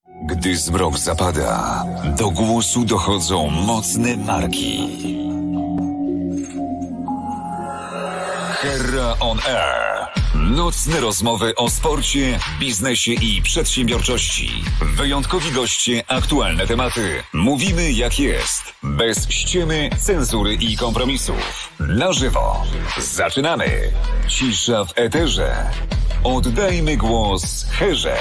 Gdy zmrok zapada, do głosu dochodzą mocne marki. Herra on Air. Nocne rozmowy o sporcie, biznesie i przedsiębiorczości. Wyjątkowi goście, aktualne tematy. Mówimy jak jest. Bez ściemy, cenzury i kompromisów. Na żywo. Zaczynamy. Cisza w eterze. Oddajmy głos Herze.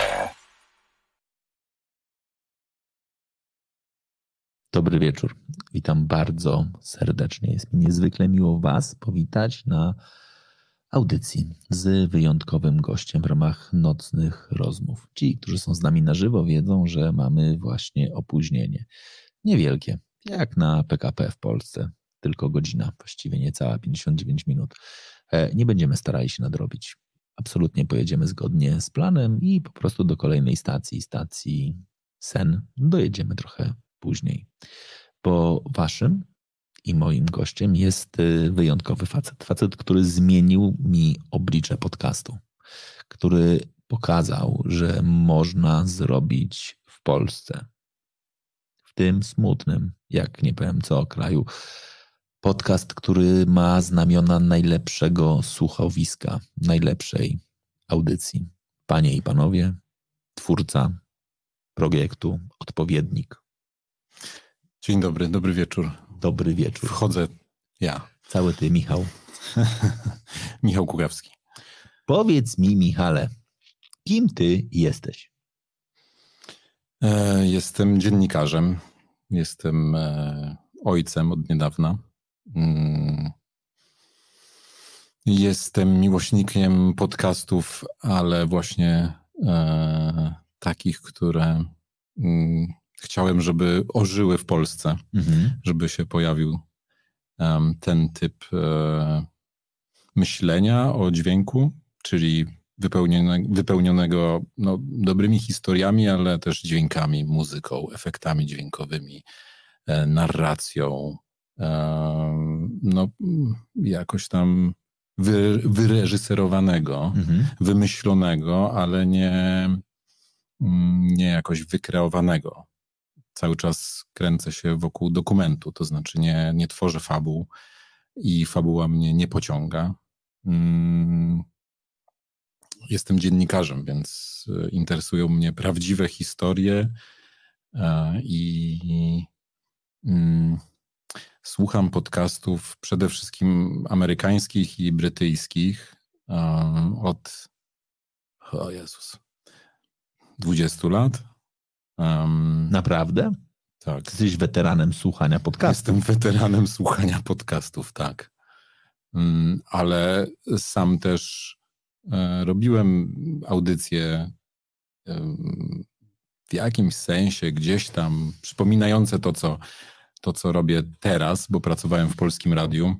Dobry wieczór. Witam bardzo serdecznie. Jest mi niezwykle miło Was powitać na audycji z wyjątkowym gościem w ramach nocnych rozmów. Ci, którzy są z nami na żywo, wiedzą, że mamy właśnie opóźnienie. Niewielkie, jak na PKP w Polsce. Tylko godzina, właściwie niecała 59 minut. Nie będziemy starali się nadrobić. Absolutnie pojedziemy zgodnie z planem i po prostu do kolejnej stacji Sen dojedziemy trochę później. Bo waszym i moim gościem jest wyjątkowy facet. Facet, który zmienił mi oblicze podcastu. Który pokazał, że można zrobić w Polsce, w tym smutnym, jak nie powiem co, kraju, podcast, który ma znamiona najlepszego słuchowiska, najlepszej audycji. Panie i panowie, twórca projektu Odpowiednik. Dzień dobry, dobry wieczór. Dobry wieczór. Wchodzę ja. Cały ty, Michał. Michał Kugawski. Powiedz mi, Michale, kim ty jesteś? Jestem dziennikarzem. Jestem ojcem od niedawna. Jestem miłośnikiem podcastów, ale właśnie takich, które chciałem, żeby ożyły w Polsce, żeby się pojawił ten typ myślenia o dźwięku, czyli wypełnionego dobrymi historiami, ale też dźwiękami, muzyką, efektami dźwiękowymi, narracją, jakoś tam wyreżyserowanego, wymyślonego, ale nie jakoś wykreowanego. Cały czas kręcę się wokół dokumentu, to znaczy nie tworzę fabuł i fabuła mnie nie pociąga. Jestem dziennikarzem, więc interesują mnie prawdziwe historie i słucham podcastów przede wszystkim amerykańskich i brytyjskich od 20 lat. Naprawdę? Tak. Jesteś weteranem słuchania podcastów. Jestem weteranem słuchania podcastów, tak. Ale sam też robiłem audycje w jakimś sensie gdzieś tam przypominające to, co robię teraz, bo pracowałem w Polskim Radiu.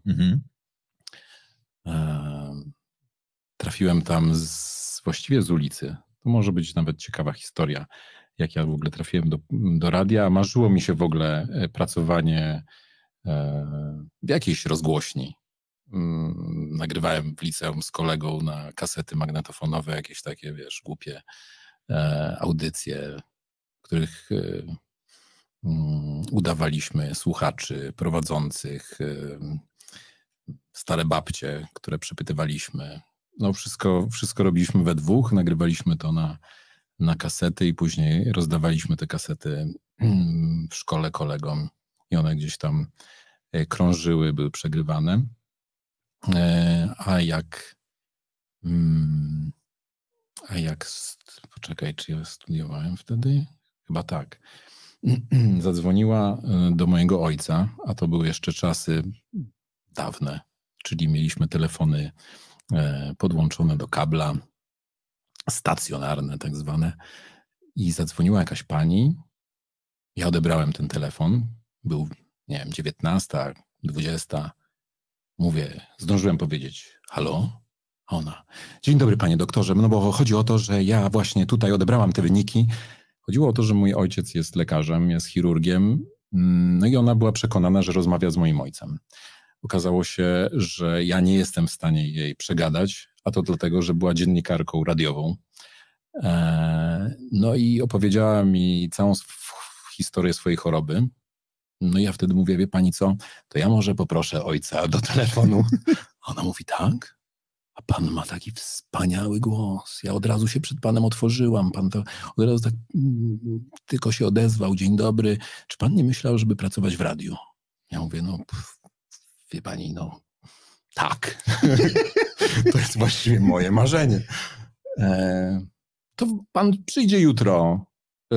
Trafiłem tam właściwie z ulicy. To może być nawet ciekawa historia, jak ja w ogóle trafiłem do radia. Marzyło mi się w ogóle pracowanie w jakiejś rozgłośni. Nagrywałem w liceum z kolegą na kasety magnetofonowe, jakieś takie, głupie audycje, w których udawaliśmy słuchaczy, prowadzących, stare babcie, które przepytywaliśmy. Wszystko robiliśmy we dwóch, nagrywaliśmy to na kasety i później rozdawaliśmy te kasety w szkole kolegom i one gdzieś tam krążyły, były przegrywane. Poczekaj, czy ja studiowałem wtedy? Chyba tak. Zadzwoniła do mojego ojca, a to były jeszcze czasy dawne, czyli mieliśmy telefony podłączone do kabla, stacjonarne tak zwane, i zadzwoniła jakaś pani. Ja odebrałem ten telefon, był, 19, 20. Mówię, zdążyłem powiedzieć halo? A ona, dzień dobry panie doktorze, bo chodzi o to, że ja właśnie tutaj odebrałam te wyniki. Chodziło o to, że mój ojciec jest lekarzem, jest chirurgiem, i ona była przekonana, że rozmawia z moim ojcem. Okazało się, że ja nie jestem w stanie jej przegadać, a to dlatego, że była dziennikarką radiową. No i opowiedziała mi całą historię swojej choroby. No i ja wtedy mówię, wie pani co, to ja może poproszę ojca do telefonu. Ona mówi, tak? A pan ma taki wspaniały głos. Ja od razu się przed panem otworzyłam. Pan to od razu tak tylko się odezwał. Dzień dobry. Czy pan nie myślał, żeby pracować w radiu? Ja mówię, wie pani, tak. To jest właściwie moje marzenie. To pan przyjdzie jutro.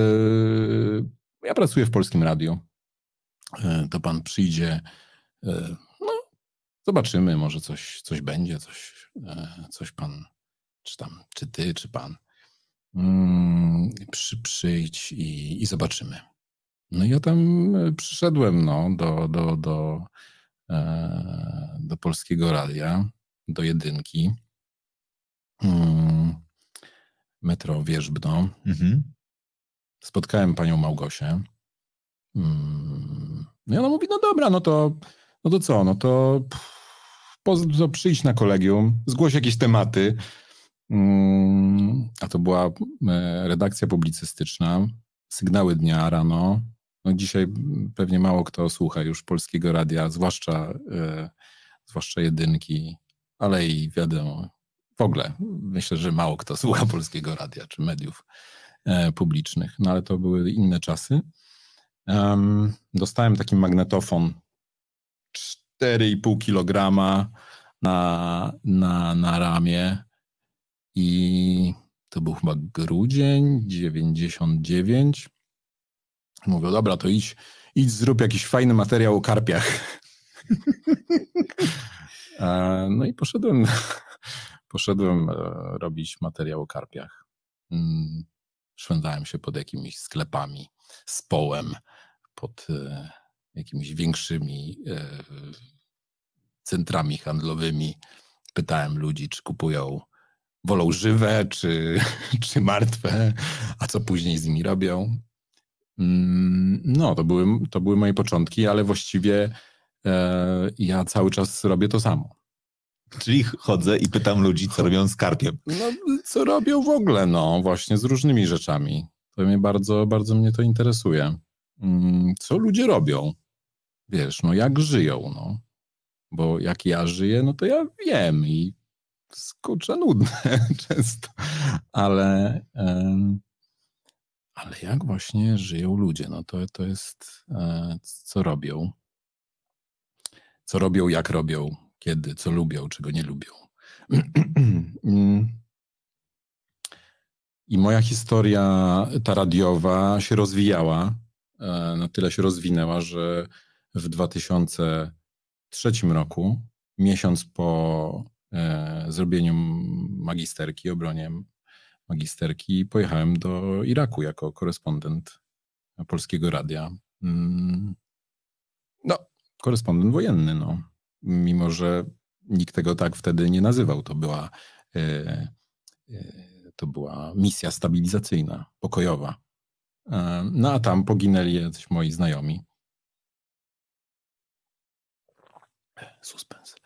Ja pracuję w Polskim Radiu. To pan przyjdzie. Zobaczymy, może coś będzie, coś pan, czy ty, czy pan. Przyjdź i zobaczymy. No i ja tam przyszedłem do Polskiego Radia, do Jedynki, metro Wierzbno. Spotkałem panią Małgosię. No i ona mówi, no dobra, no to co, to przyjdź na kolegium, zgłoś jakieś tematy. A to była redakcja publicystyczna, Sygnały Dnia rano. No dzisiaj pewnie mało kto słucha już Polskiego Radia, zwłaszcza Jedynki, ale i wiadomo, w ogóle myślę, że mało kto słucha Polskiego Radia czy mediów publicznych, no ale to były inne czasy. Dostałem taki magnetofon 4,5 kilograma na ramię i to był chyba grudzień 99. Mówię, dobra, to idź zrób jakiś fajny materiał o karpiach. No i poszedłem robić materiał o karpiach. Szwendałem się pod jakimiś sklepami z połem, pod jakimiś większymi centrami handlowymi. Pytałem ludzi, czy wolą żywe, czy martwe, a co później z nimi robią. No, to były moje początki, ale właściwie ja cały czas robię to samo. Czyli chodzę i pytam ludzi, co robią z karpiem. No, co robią w ogóle, właśnie z różnymi rzeczami. To mnie bardzo, bardzo mnie to interesuje. Co ludzie robią? Wiesz, jak żyją, Bo jak ja żyję, to ja wiem i kurczę nudne często. Ale jak właśnie żyją ludzie, to jest co robią. Co robią, jak robią, kiedy, co lubią, czego nie lubią. I moja historia, ta radiowa, się rozwijała. Na tyle się rozwinęła, że w 2003 roku, miesiąc po zrobieniu magisterki, obronie magisterki, pojechałem do Iraku jako korespondent Polskiego Radia. Korespondent wojenny, mimo że nikt tego tak wtedy nie nazywał. To była misja stabilizacyjna, pokojowa. A tam poginęli jacyś moi znajomi. Suspens.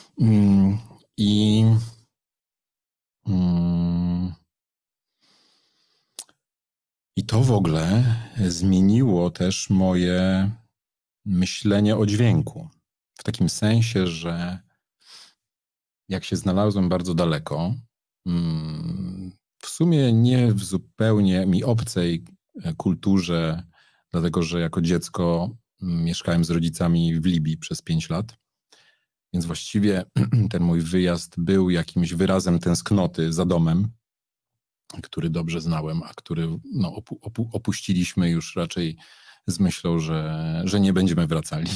I to w ogóle zmieniło też moje myślenie o dźwięku. W takim sensie, że jak się znalazłem bardzo daleko, w sumie nie w zupełnie mi obcej kulturze, dlatego że jako dziecko mieszkałem z rodzicami w Libii przez 5 lat, więc właściwie ten mój wyjazd był jakimś wyrazem tęsknoty za domem, który dobrze znałem, a który opuściliśmy już raczej z myślą, że nie będziemy wracali.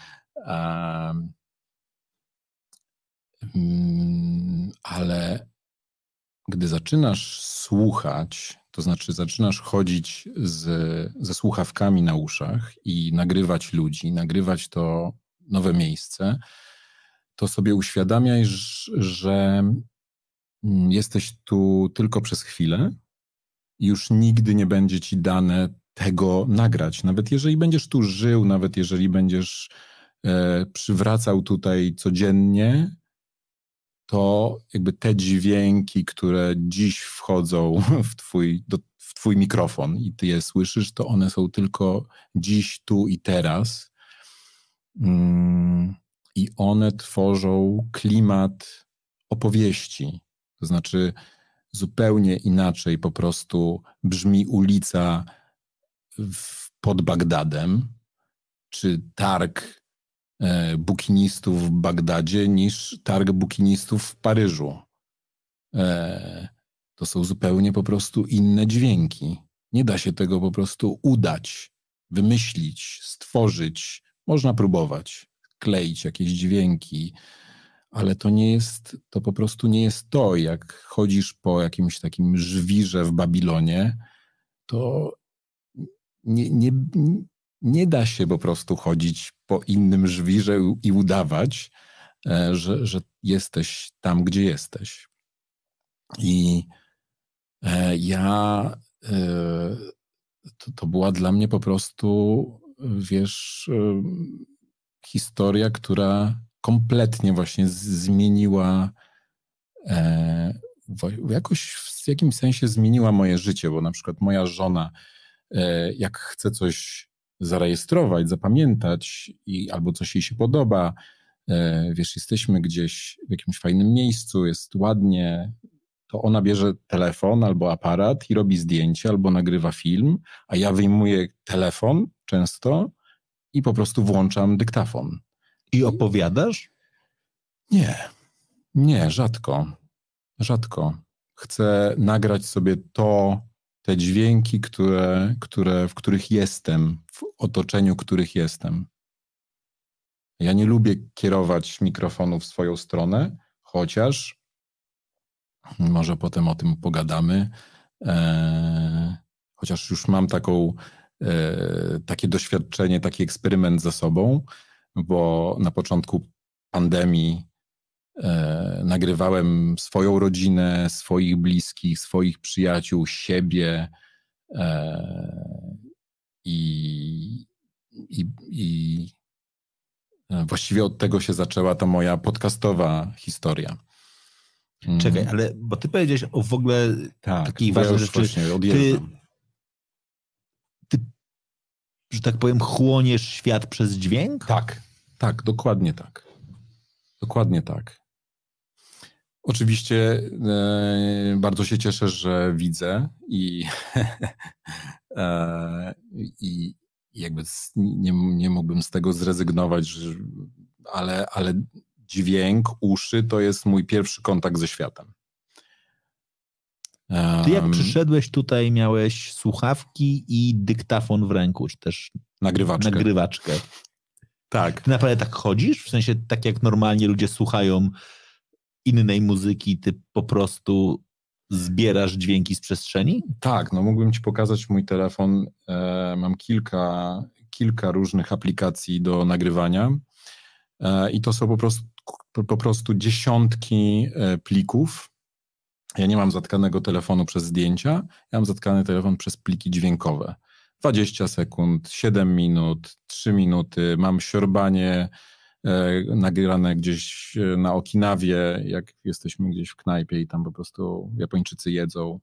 Ale gdy zaczynasz słuchać, to znaczy zaczynasz chodzić ze słuchawkami na uszach i nagrywać ludzi, nagrywać to nowe miejsce, to sobie uświadamiaj, że jesteś tu tylko przez chwilę i już nigdy nie będzie ci dane tego nagrać. Nawet jeżeli będziesz tu żył, nawet jeżeli będziesz przywracał tutaj codziennie, to jakby te dźwięki, które dziś wchodzą w twój mikrofon i ty je słyszysz, to one są tylko dziś, tu i teraz. I one tworzą klimat opowieści. To znaczy zupełnie inaczej po prostu brzmi ulica pod Bagdadem, czy targ bukinistów w Bagdadzie niż targ bukinistów w Paryżu. To są zupełnie po prostu inne dźwięki. Nie da się tego po prostu udać, wymyślić, stworzyć. Można próbować, kleić jakieś dźwięki, ale to po prostu nie jest to. Jak chodzisz po jakimś takim żwirze w Babilonie, to nie da się po prostu chodzić po innym żwirze i udawać, że jesteś tam, gdzie jesteś. I to była dla mnie po prostu, wiesz, historia, która kompletnie właśnie zmieniła, jakoś w jakimś sensie zmieniła moje życie, bo na przykład moja żona, jak chce coś zarejestrować, zapamiętać albo coś jej się podoba, wiesz, jesteśmy gdzieś w jakimś fajnym miejscu, jest ładnie, to ona bierze telefon albo aparat i robi zdjęcie albo nagrywa film, a ja wyjmuję telefon często i po prostu włączam dyktafon. I opowiadasz? Nie, rzadko. Chcę nagrać sobie te dźwięki, w których jestem, w otoczeniu których jestem. Ja nie lubię kierować mikrofonu w swoją stronę, chociaż może potem o tym pogadamy, chociaż już mam takie doświadczenie, taki eksperyment za sobą, bo na początku pandemii nagrywałem swoją rodzinę, swoich bliskich, swoich przyjaciół, siebie i właściwie od tego się zaczęła ta moja podcastowa historia. Czekaj, ale bo ty powiedziałeś o w ogóle takiej ważnej rzeczy. Właśnie odjeżdżam. Ty, że tak powiem, chłoniesz świat przez dźwięk? Tak, dokładnie tak. Dokładnie tak. Oczywiście bardzo się cieszę, że widzę i jakby nie mógłbym z tego zrezygnować, ale dźwięk, uszy to jest mój pierwszy kontakt ze światem. Ty jak przyszedłeś tutaj, miałeś słuchawki i dyktafon w ręku, czy też nagrywaczkę. Tak. Ty naprawdę tak chodzisz? W sensie tak jak normalnie ludzie słuchają innej muzyki, ty po prostu zbierasz dźwięki z przestrzeni? Tak, no mógłbym ci pokazać mój telefon. Mam kilka różnych aplikacji do nagrywania i to są po prostu dziesiątki plików. Ja nie mam zatkanego telefonu przez zdjęcia, ja mam zatkany telefon przez pliki dźwiękowe. 20 sekund, 7 minut, 3 minuty, mam siorbanie nagrane gdzieś na Okinawie, jak jesteśmy gdzieś w knajpie i tam po prostu Japończycy jedzą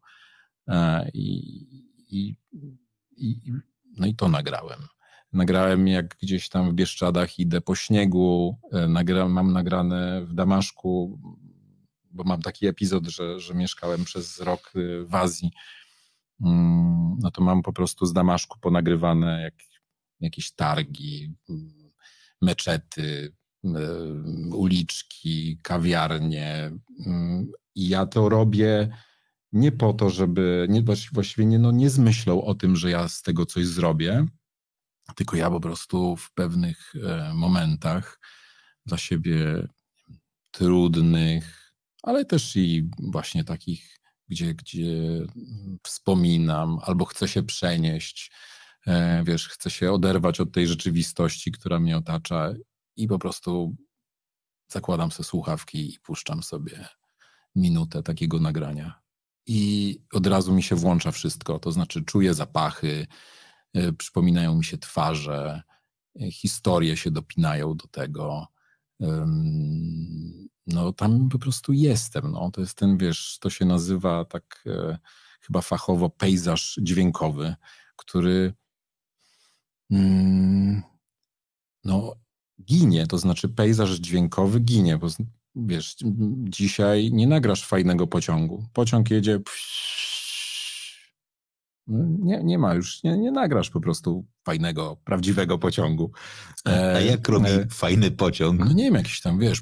no i to nagrałem. Nagrałem jak gdzieś tam w Bieszczadach idę po śniegu, mam nagrane w Damaszku, bo mam taki epizod, że mieszkałem przez rok w Azji, no to mam po prostu z Damaszku ponagrywane jakieś targi, meczety, uliczki, kawiarnie i ja to robię nie po to, żeby, właściwie nie z myślą o tym, że ja z tego coś zrobię, tylko ja po prostu w pewnych momentach dla siebie trudnych, ale też i właśnie takich, gdzie wspominam albo chcę się przenieść, wiesz, chcę się oderwać od tej rzeczywistości, która mnie otacza i po prostu zakładam sobie słuchawki i puszczam sobie minutę takiego nagrania. I od razu mi się włącza wszystko, to znaczy czuję zapachy, przypominają mi się twarze, historie się dopinają do tego no tam po prostu jestem. No. To jest ten, wiesz, to się nazywa tak chyba fachowo pejzaż dźwiękowy, który no ginie, to znaczy pejzaż dźwiękowy ginie, bo wiesz, dzisiaj nie nagrasz fajnego pociągu. Pociąg jedzie, nie ma już, nie nagrasz po prostu fajnego, prawdziwego pociągu. A jak robi fajny pociąg? No nie wiem, jakiś tam, wiesz,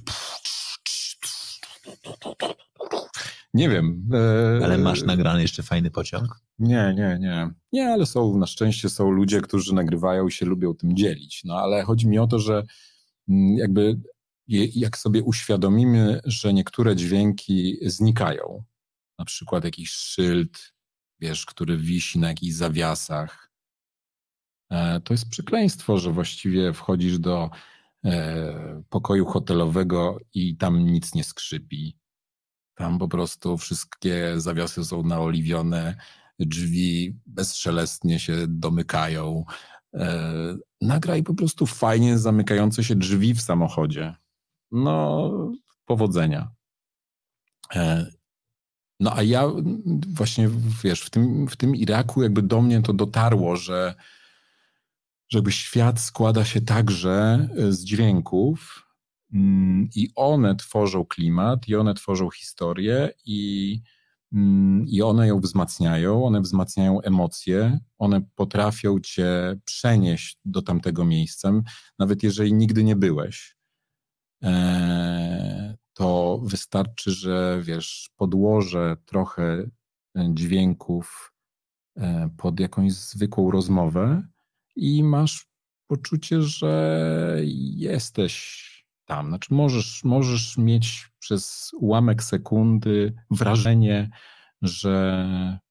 nie wiem. Ale masz nagrany jeszcze fajny pociąg? Nie, ale na szczęście są ludzie, którzy nagrywają i się lubią tym dzielić. No ale chodzi mi o to, że jakby jak sobie uświadomimy, że niektóre dźwięki znikają, na przykład jakiś szyld, wiesz, który wisi na jakichś zawiasach, to jest przekleństwo, że właściwie wchodzisz do pokoju hotelowego i tam nic nie skrzypi. Tam po prostu wszystkie zawiasy są naoliwione, drzwi bezszelestnie się domykają. Nagraj po prostu fajnie zamykające się drzwi w samochodzie. No, powodzenia. No a ja właśnie, wiesz, w tym Iraku jakby do mnie to dotarło, że jakby świat składa się także z dźwięków i one tworzą klimat, i one tworzą historię i one ją wzmacniają, one wzmacniają emocje, one potrafią cię przenieść do tamtego miejsca, nawet jeżeli nigdy nie byłeś. To wystarczy, że wiesz, podłożę trochę dźwięków pod jakąś zwykłą rozmowę i masz poczucie, że jesteś tam. Znaczy możesz mieć przez ułamek sekundy wrażenie, że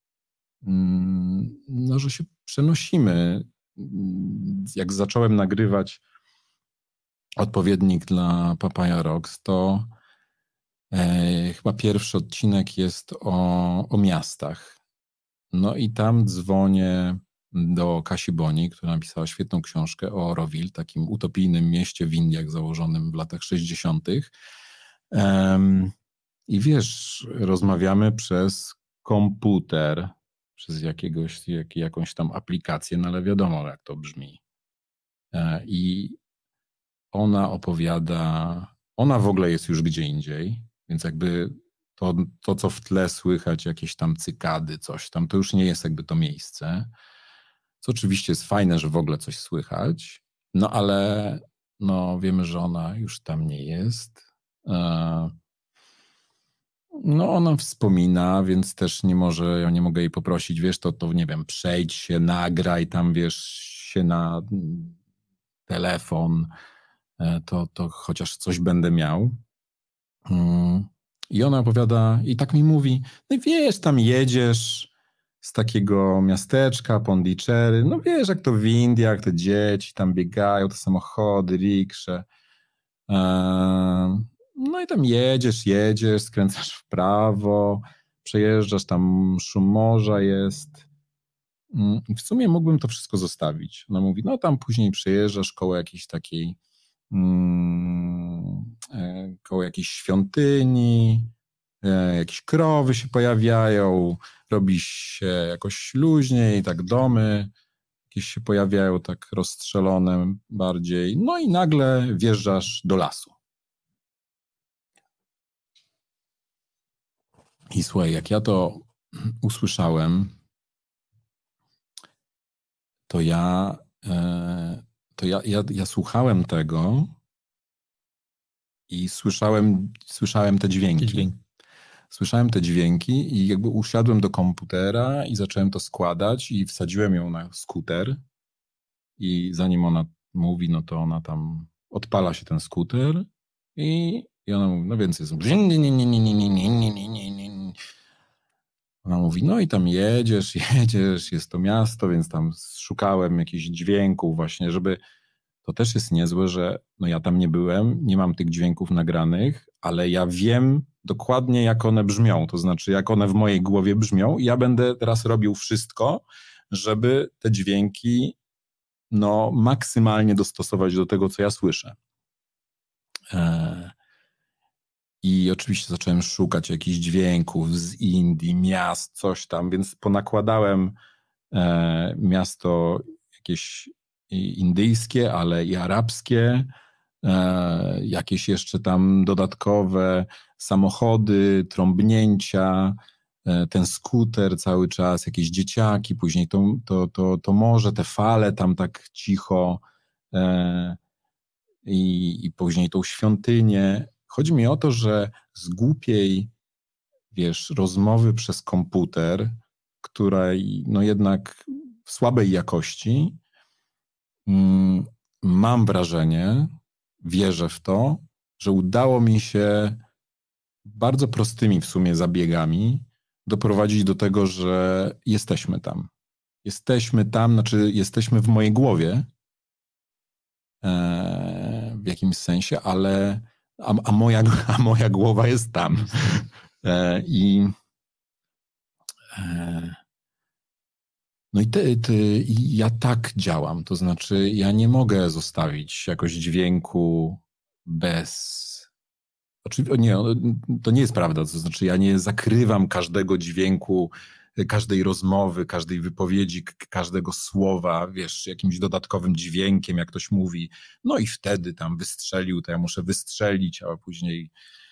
że się przenosimy. Jak zacząłem nagrywać odpowiednik dla Papaya Rocks, to chyba pierwszy odcinek jest o miastach. No i tam dzwonię do Kasi Boni, która napisała świetną książkę o Auroville, takim utopijnym mieście w Indiach założonym w latach 60. I wiesz, rozmawiamy przez komputer, przez jakąś tam aplikację, no ale wiadomo, jak to brzmi. I ona opowiada, ona w ogóle jest już gdzie indziej, więc jakby to, co w tle słychać, jakieś tam cykady, coś tam, to już nie jest jakby to miejsce. Co oczywiście jest fajne, że w ogóle coś słychać, no ale no, wiemy, że ona już tam nie jest. No ona wspomina, więc też ja nie mogę jej poprosić, wiesz, to nie wiem, przejdź się, nagraj tam, wiesz, się na telefon, to chociaż coś będę miał. I ona opowiada, i tak mi mówi, no wiesz, tam jedziesz z takiego miasteczka, Pondicherry, no wiesz, jak to w Indiach, te dzieci tam biegają, te samochody, riksze. No i tam jedziesz, skręcasz w prawo, przejeżdżasz, tam szum morza jest. I w sumie mógłbym to wszystko zostawić. Ona mówi, no tam później przejeżdżasz koło jakiejś takiej koło jakiejś świątyni, jakieś krowy się pojawiają, robi się jakoś luźniej, tak domy jakieś się pojawiają tak rozstrzelone bardziej, no i nagle wjeżdżasz do lasu. I słuchaj, jak ja to usłyszałem, to ja słuchałem tego i słyszałem te dźwięki. Słyszałem te dźwięki i jakby usiadłem do komputera i zacząłem to składać i wsadziłem ją na skuter i zanim ona mówi, no to ona tam odpala się ten skuter i ona mówi, no więc jest... Ona mówi, no i tam jedziesz, jest to miasto, więc tam szukałem jakichś dźwięków właśnie, żeby... To też jest niezłe, że no ja tam nie byłem, nie mam tych dźwięków nagranych, ale ja wiem dokładnie, jak one brzmią, to znaczy jak one w mojej głowie brzmią i ja będę teraz robił wszystko, żeby te dźwięki no maksymalnie dostosować do tego, co ja słyszę. I oczywiście zacząłem szukać jakichś dźwięków z Indii, miast, coś tam, więc ponakładałem miasto jakieś indyjskie, ale i arabskie, jakieś jeszcze tam dodatkowe samochody, trąbnięcia, ten skuter cały czas, jakieś dzieciaki, później to morze, te fale tam tak cicho i później tą świątynię. Chodzi mi o to, że z głupiej, rozmowy przez komputer, której no jednak w słabej jakości, mam wrażenie, wierzę w to, że udało mi się bardzo prostymi w sumie zabiegami doprowadzić do tego, że jesteśmy tam. Jesteśmy tam, znaczy jesteśmy w mojej głowie w jakimś sensie, ale a moja głowa jest tam. No i ja tak działam, to znaczy ja nie mogę zostawić jakoś dźwięku bez... Oczywiście, nie, to nie jest prawda, to znaczy ja nie zakrywam każdego dźwięku, każdej rozmowy, każdej wypowiedzi, każdego słowa, jakimś dodatkowym dźwiękiem, jak ktoś mówi, no i wtedy tam wystrzelił, to ja muszę wystrzelić, a później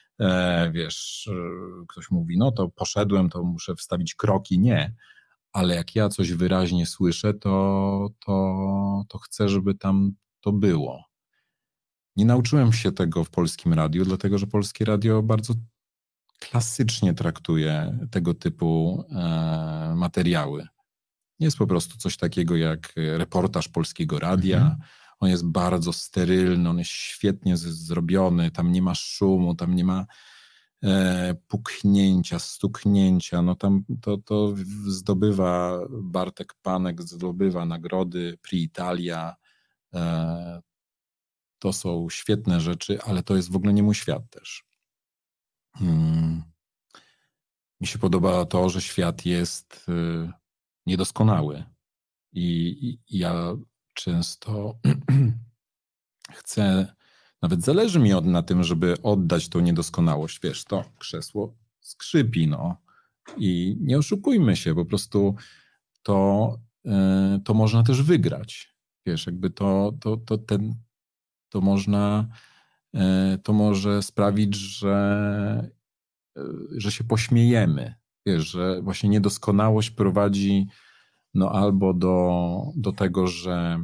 ktoś mówi, no to poszedłem, to muszę wstawić kroki. Nie. Ale jak ja coś wyraźnie słyszę, to chcę, żeby tam to było. Nie nauczyłem się tego w Polskim Radiu, dlatego że Polskie Radio bardzo klasycznie traktuje tego typu materiały. Jest po prostu coś takiego jak reportaż Polskiego Radia. On jest bardzo sterylny, on jest świetnie zrobiony, tam nie ma szumu, tam nie ma puknięcia, stuknięcia, no tam to zdobywa Bartek Panek, zdobywa nagrody Prix Italia, to są świetne rzeczy, ale to jest w ogóle nie mój świat też. Mi się podoba to, że świat jest niedoskonały i ja często chcę, nawet zależy mi na tym, żeby oddać tą niedoskonałość. To krzesło skrzypi, no. I nie oszukujmy się, po prostu to można też wygrać. Jakby to można, to może sprawić, że się pośmiejemy. Że właśnie niedoskonałość prowadzi no albo do tego, że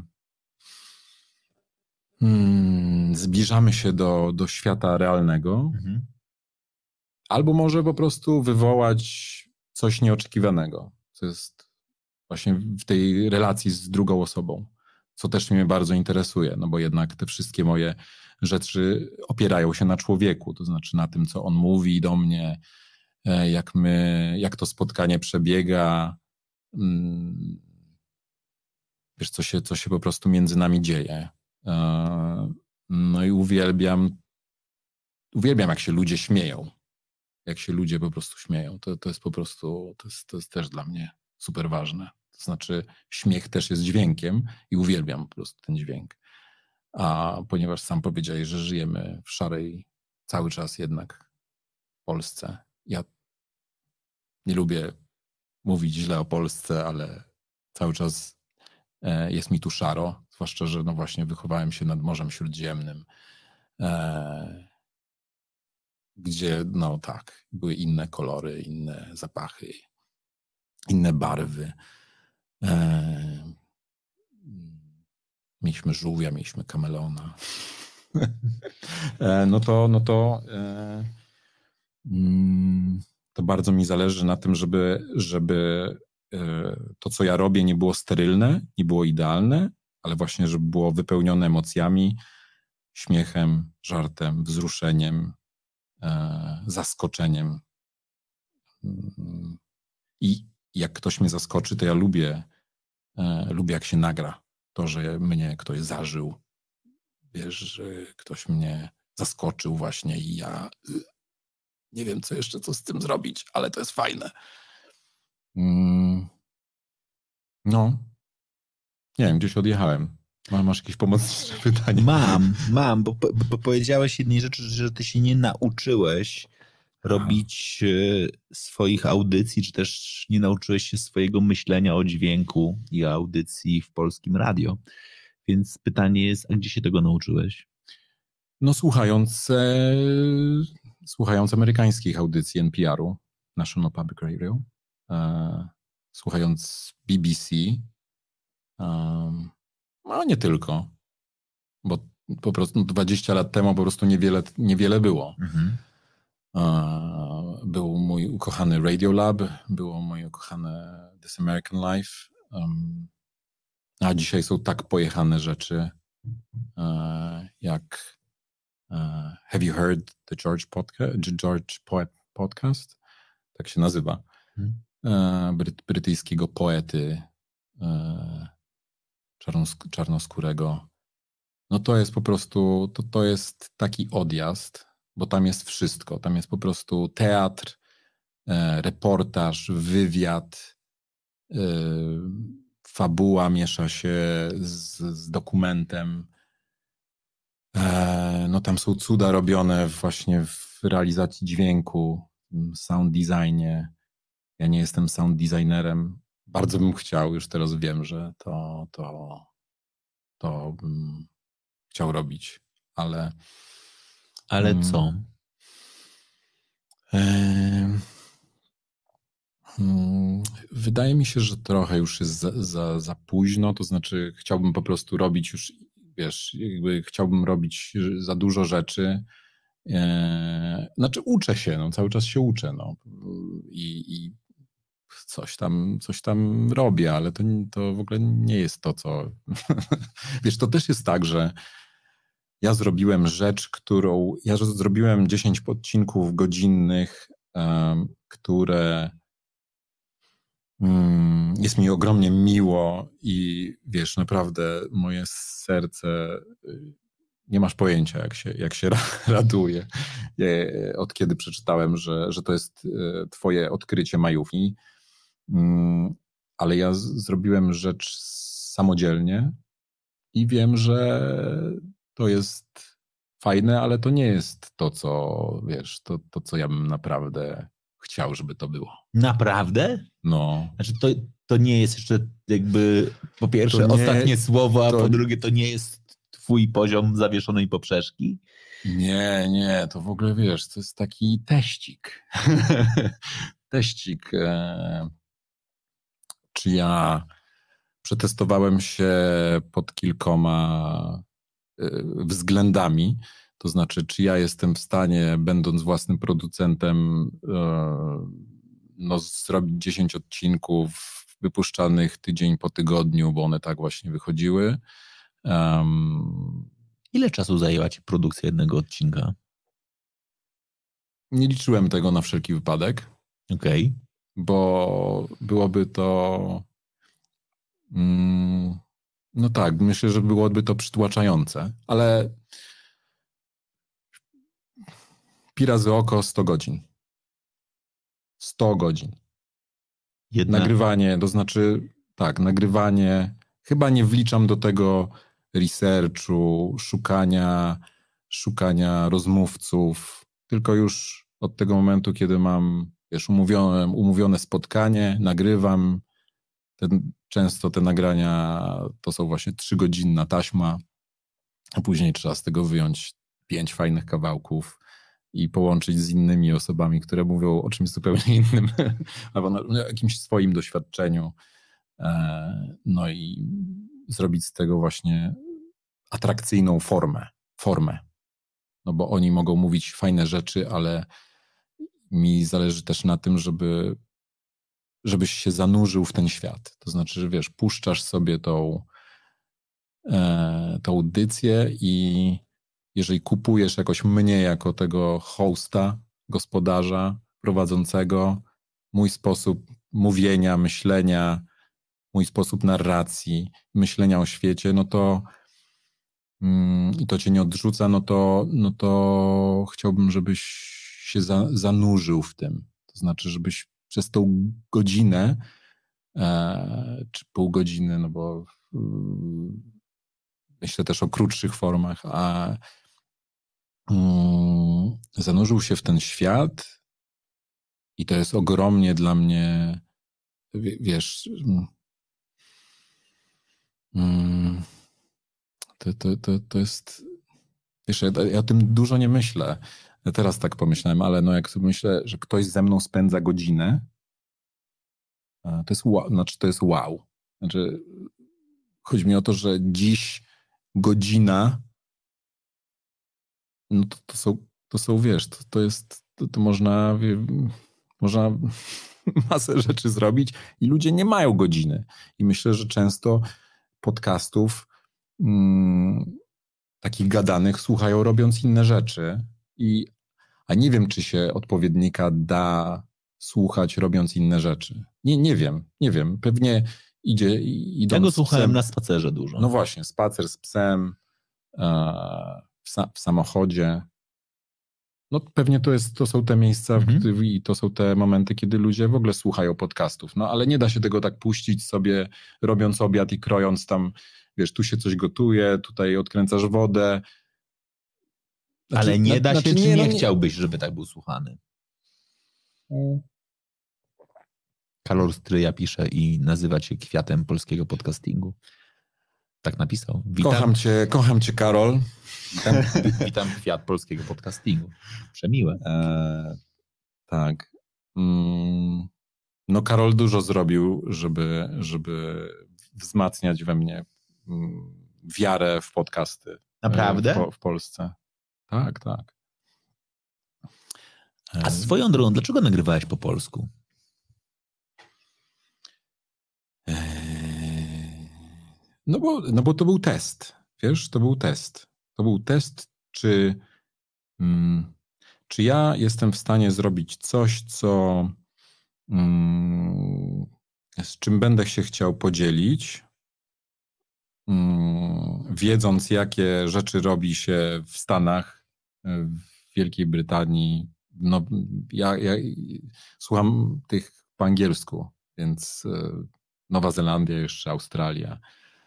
zbliżamy się do świata realnego, albo może po prostu wywołać coś nieoczekiwanego, co jest właśnie w tej relacji z drugą osobą, co też mnie bardzo interesuje, no bo jednak te wszystkie moje rzeczy opierają się na człowieku, to znaczy na tym, co on mówi do mnie, jak to spotkanie przebiega, co się po prostu między nami dzieje. No i uwielbiam, jak się ludzie śmieją. Jak się ludzie po prostu śmieją. To jest po prostu, to jest też dla mnie super ważne. To znaczy śmiech też jest dźwiękiem i uwielbiam po prostu ten dźwięk. A ponieważ sam powiedziałeś, że żyjemy w szarej cały czas jednak Polsce. Ja nie lubię mówić źle o Polsce, ale cały czas jest mi tu szaro, zwłaszcza, że no właśnie wychowałem się nad Morzem Śródziemnym, gdzie no tak, były inne kolory, inne zapachy, inne barwy. Mieliśmy żółwia, mieliśmy kamelona. To bardzo mi zależy na tym, żeby to, co ja robię, nie było sterylne, nie było idealne, ale właśnie, żeby było wypełnione emocjami, śmiechem, żartem, wzruszeniem, zaskoczeniem. I jak ktoś mnie zaskoczy, to ja lubię jak się nagra. To, że mnie ktoś zażył. Że ktoś mnie zaskoczył właśnie i ja nie wiem, co z tym zrobić, ale to jest fajne. No. Nie wiem, gdzieś odjechałem. Masz jakieś pomocnicze pytanie? Mam, bo powiedziałeś jednej rzeczy, że ty się nie nauczyłeś robić swoich audycji, czy też nie nauczyłeś się swojego myślenia o dźwięku i audycji w polskim radio. Więc pytanie jest, a gdzie się tego nauczyłeś? No słuchając amerykańskich audycji NPR-u, National Public Radio, słuchając BBC, no nie tylko, bo po prostu 20 lat temu po prostu niewiele było. Mhm. Był mój ukochany Radiolab, było moje ukochane This American Life, a dzisiaj są tak pojechane rzeczy jak Have you heard the George Poet podcast? Tak się nazywa. Brytyjskiego poety czarnoskórego. No to jest po prostu, to jest taki odjazd, bo tam jest wszystko. Tam jest po prostu teatr, reportaż, wywiad, fabuła miesza się z dokumentem. No tam są cuda robione właśnie w realizacji dźwięku, sound designie. Ja nie jestem sound designerem. Bardzo bym chciał, już teraz wiem, że to bym chciał robić, ale... Ale co? Wydaje mi się, że trochę już jest za późno, to znaczy chciałbym po prostu robić już, wiesz, jakby chciałbym robić za dużo rzeczy. Znaczy uczę się, no, cały czas się uczę, no, i coś tam robię, ale to w ogóle nie jest to, co... Wiesz, to też jest tak, że ja zrobiłem rzecz, ja zrobiłem 10 odcinków godzinnych, które jest mi ogromnie miło i wiesz, naprawdę moje serce, nie masz pojęcia, jak się raduje, od kiedy przeczytałem, że to jest twoje odkrycie majówki. Ale ja zrobiłem rzecz samodzielnie i wiem, że to jest fajne, ale to nie jest to, co wiesz, to co ja bym naprawdę chciał, żeby to było. Naprawdę? No. Znaczy to nie jest jeszcze jakby po pierwsze ostatnie słowo, a po drugie to nie jest twój poziom zawieszonej poprzeczki? Nie, to w ogóle wiesz, to jest taki teścik. Teścik. Czy ja przetestowałem się pod kilkoma względami, to znaczy, czy ja jestem w stanie, będąc własnym producentem, no, zrobić 10 odcinków wypuszczanych tydzień po tygodniu, bo one tak właśnie wychodziły. Ile czasu zajęła ci produkcja jednego odcinka? Nie liczyłem tego na wszelki wypadek. Okej. Bo byłoby to... No tak, myślę, że byłoby to przytłaczające, ale pi razy oko 100 godzin. 100 godzin. Nagrywanie, to znaczy tak, nagrywanie, chyba nie wliczam do tego researchu, szukania rozmówców, tylko już od tego momentu, kiedy mam, wiesz, umówione spotkanie, nagrywam. Często te nagrania to są właśnie 3-godzinna taśma, a później trzeba z tego wyjąć 5 fajnych kawałków i połączyć z innymi osobami, które mówią o czymś zupełnie innym, albo na jakimś swoim doświadczeniu. No i zrobić z tego właśnie atrakcyjną formę. No bo oni mogą mówić fajne rzeczy, ale mi zależy też na tym, żebyś się zanurzył w ten świat. To znaczy, że wiesz, puszczasz sobie tą audycję i jeżeli kupujesz jakoś mnie jako tego hosta, gospodarza, prowadzącego, mój sposób mówienia, myślenia, mój sposób narracji, myślenia o świecie, no to i to cię nie odrzuca, no to chciałbym, żebyś się zanurzył w tym. To znaczy, żebyś przez tą godzinę czy pół godziny, no bo myślę też o krótszych formach, a zanurzył się w ten świat i to jest ogromnie dla mnie, wiesz, to jest, wiesz, ja o tym dużo nie myślę. Ja teraz tak pomyślałem, ale no jak sobie myślę, że ktoś ze mną spędza godzinę, to jest wow. Znaczy, to jest wow. Znaczy, chodzi mi o to, że dziś godzina, no to są wiesz, to jest, to można masę rzeczy zrobić i ludzie nie mają godziny. I myślę, że często podcastów takich gadanych słuchają robiąc inne rzeczy. A nie wiem, czy się odpowiednika da słuchać robiąc inne rzeczy. Nie wiem. Pewnie idąc Ja go słuchałem psem, na spacerze dużo. No właśnie, spacer z psem, w samochodzie. No pewnie to są te miejsca i to są te momenty, kiedy ludzie w ogóle słuchają podcastów. No ale nie da się tego tak puścić sobie, robiąc obiad i krojąc tam, wiesz, tu się coś gotuje, tutaj odkręcasz wodę. Znaczy, ale nie da się, czy nie no chciałbyś, żeby tak był słuchany? Karol Stryja pisze i nazywa cię kwiatem polskiego podcastingu. Tak napisał. Kocham cię, Karol. Witam kwiat polskiego podcastingu. Przemiłe. Tak. No Karol dużo zrobił, żeby wzmacniać we mnie wiarę w podcasty. Naprawdę? W Polsce. Tak. A swoją drogą, dlaczego nagrywałeś po polsku? No bo to był test. Wiesz, to był test. To był test, czy ja jestem w stanie zrobić coś, z czym będę się chciał podzielić, wiedząc, jakie rzeczy robi się w Stanach, w Wielkiej Brytanii. No, ja słucham tych po angielsku, więc Nowa Zelandia, jeszcze Australia.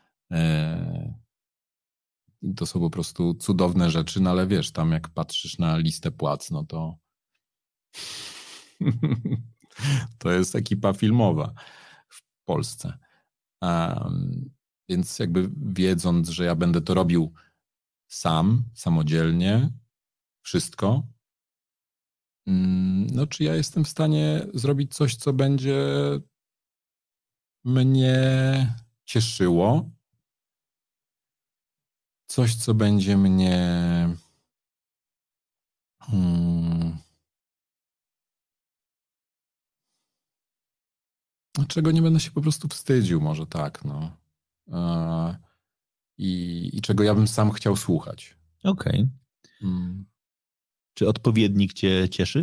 To są po prostu cudowne rzeczy, no ale wiesz, tam jak patrzysz na listę płac, no to to jest ekipa filmowa w Polsce. Więc jakby wiedząc, że ja będę to robił samodzielnie, wszystko, no czy ja jestem w stanie zrobić coś, co będzie mnie cieszyło, coś, co będzie mnie czego nie będę się po prostu wstydził, może tak, no. I czego ja bym sam chciał słuchać. Okej. Czy odpowiednik cię cieszy?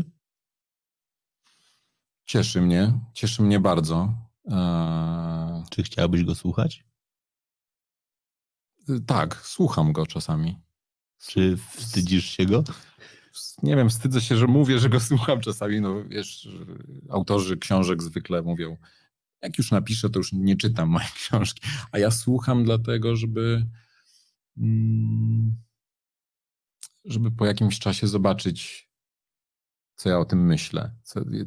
Cieszy mnie bardzo. Czy chciałbyś go słuchać? Tak, słucham go czasami. Czy wstydzisz się go? Nie wiem, wstydzę się, że mówię, że go słucham czasami. No wiesz, autorzy książek zwykle mówią, jak już napiszę, to już nie czytam mojej książki. A ja słucham dlatego, żeby po jakimś czasie zobaczyć, co ja o tym myślę.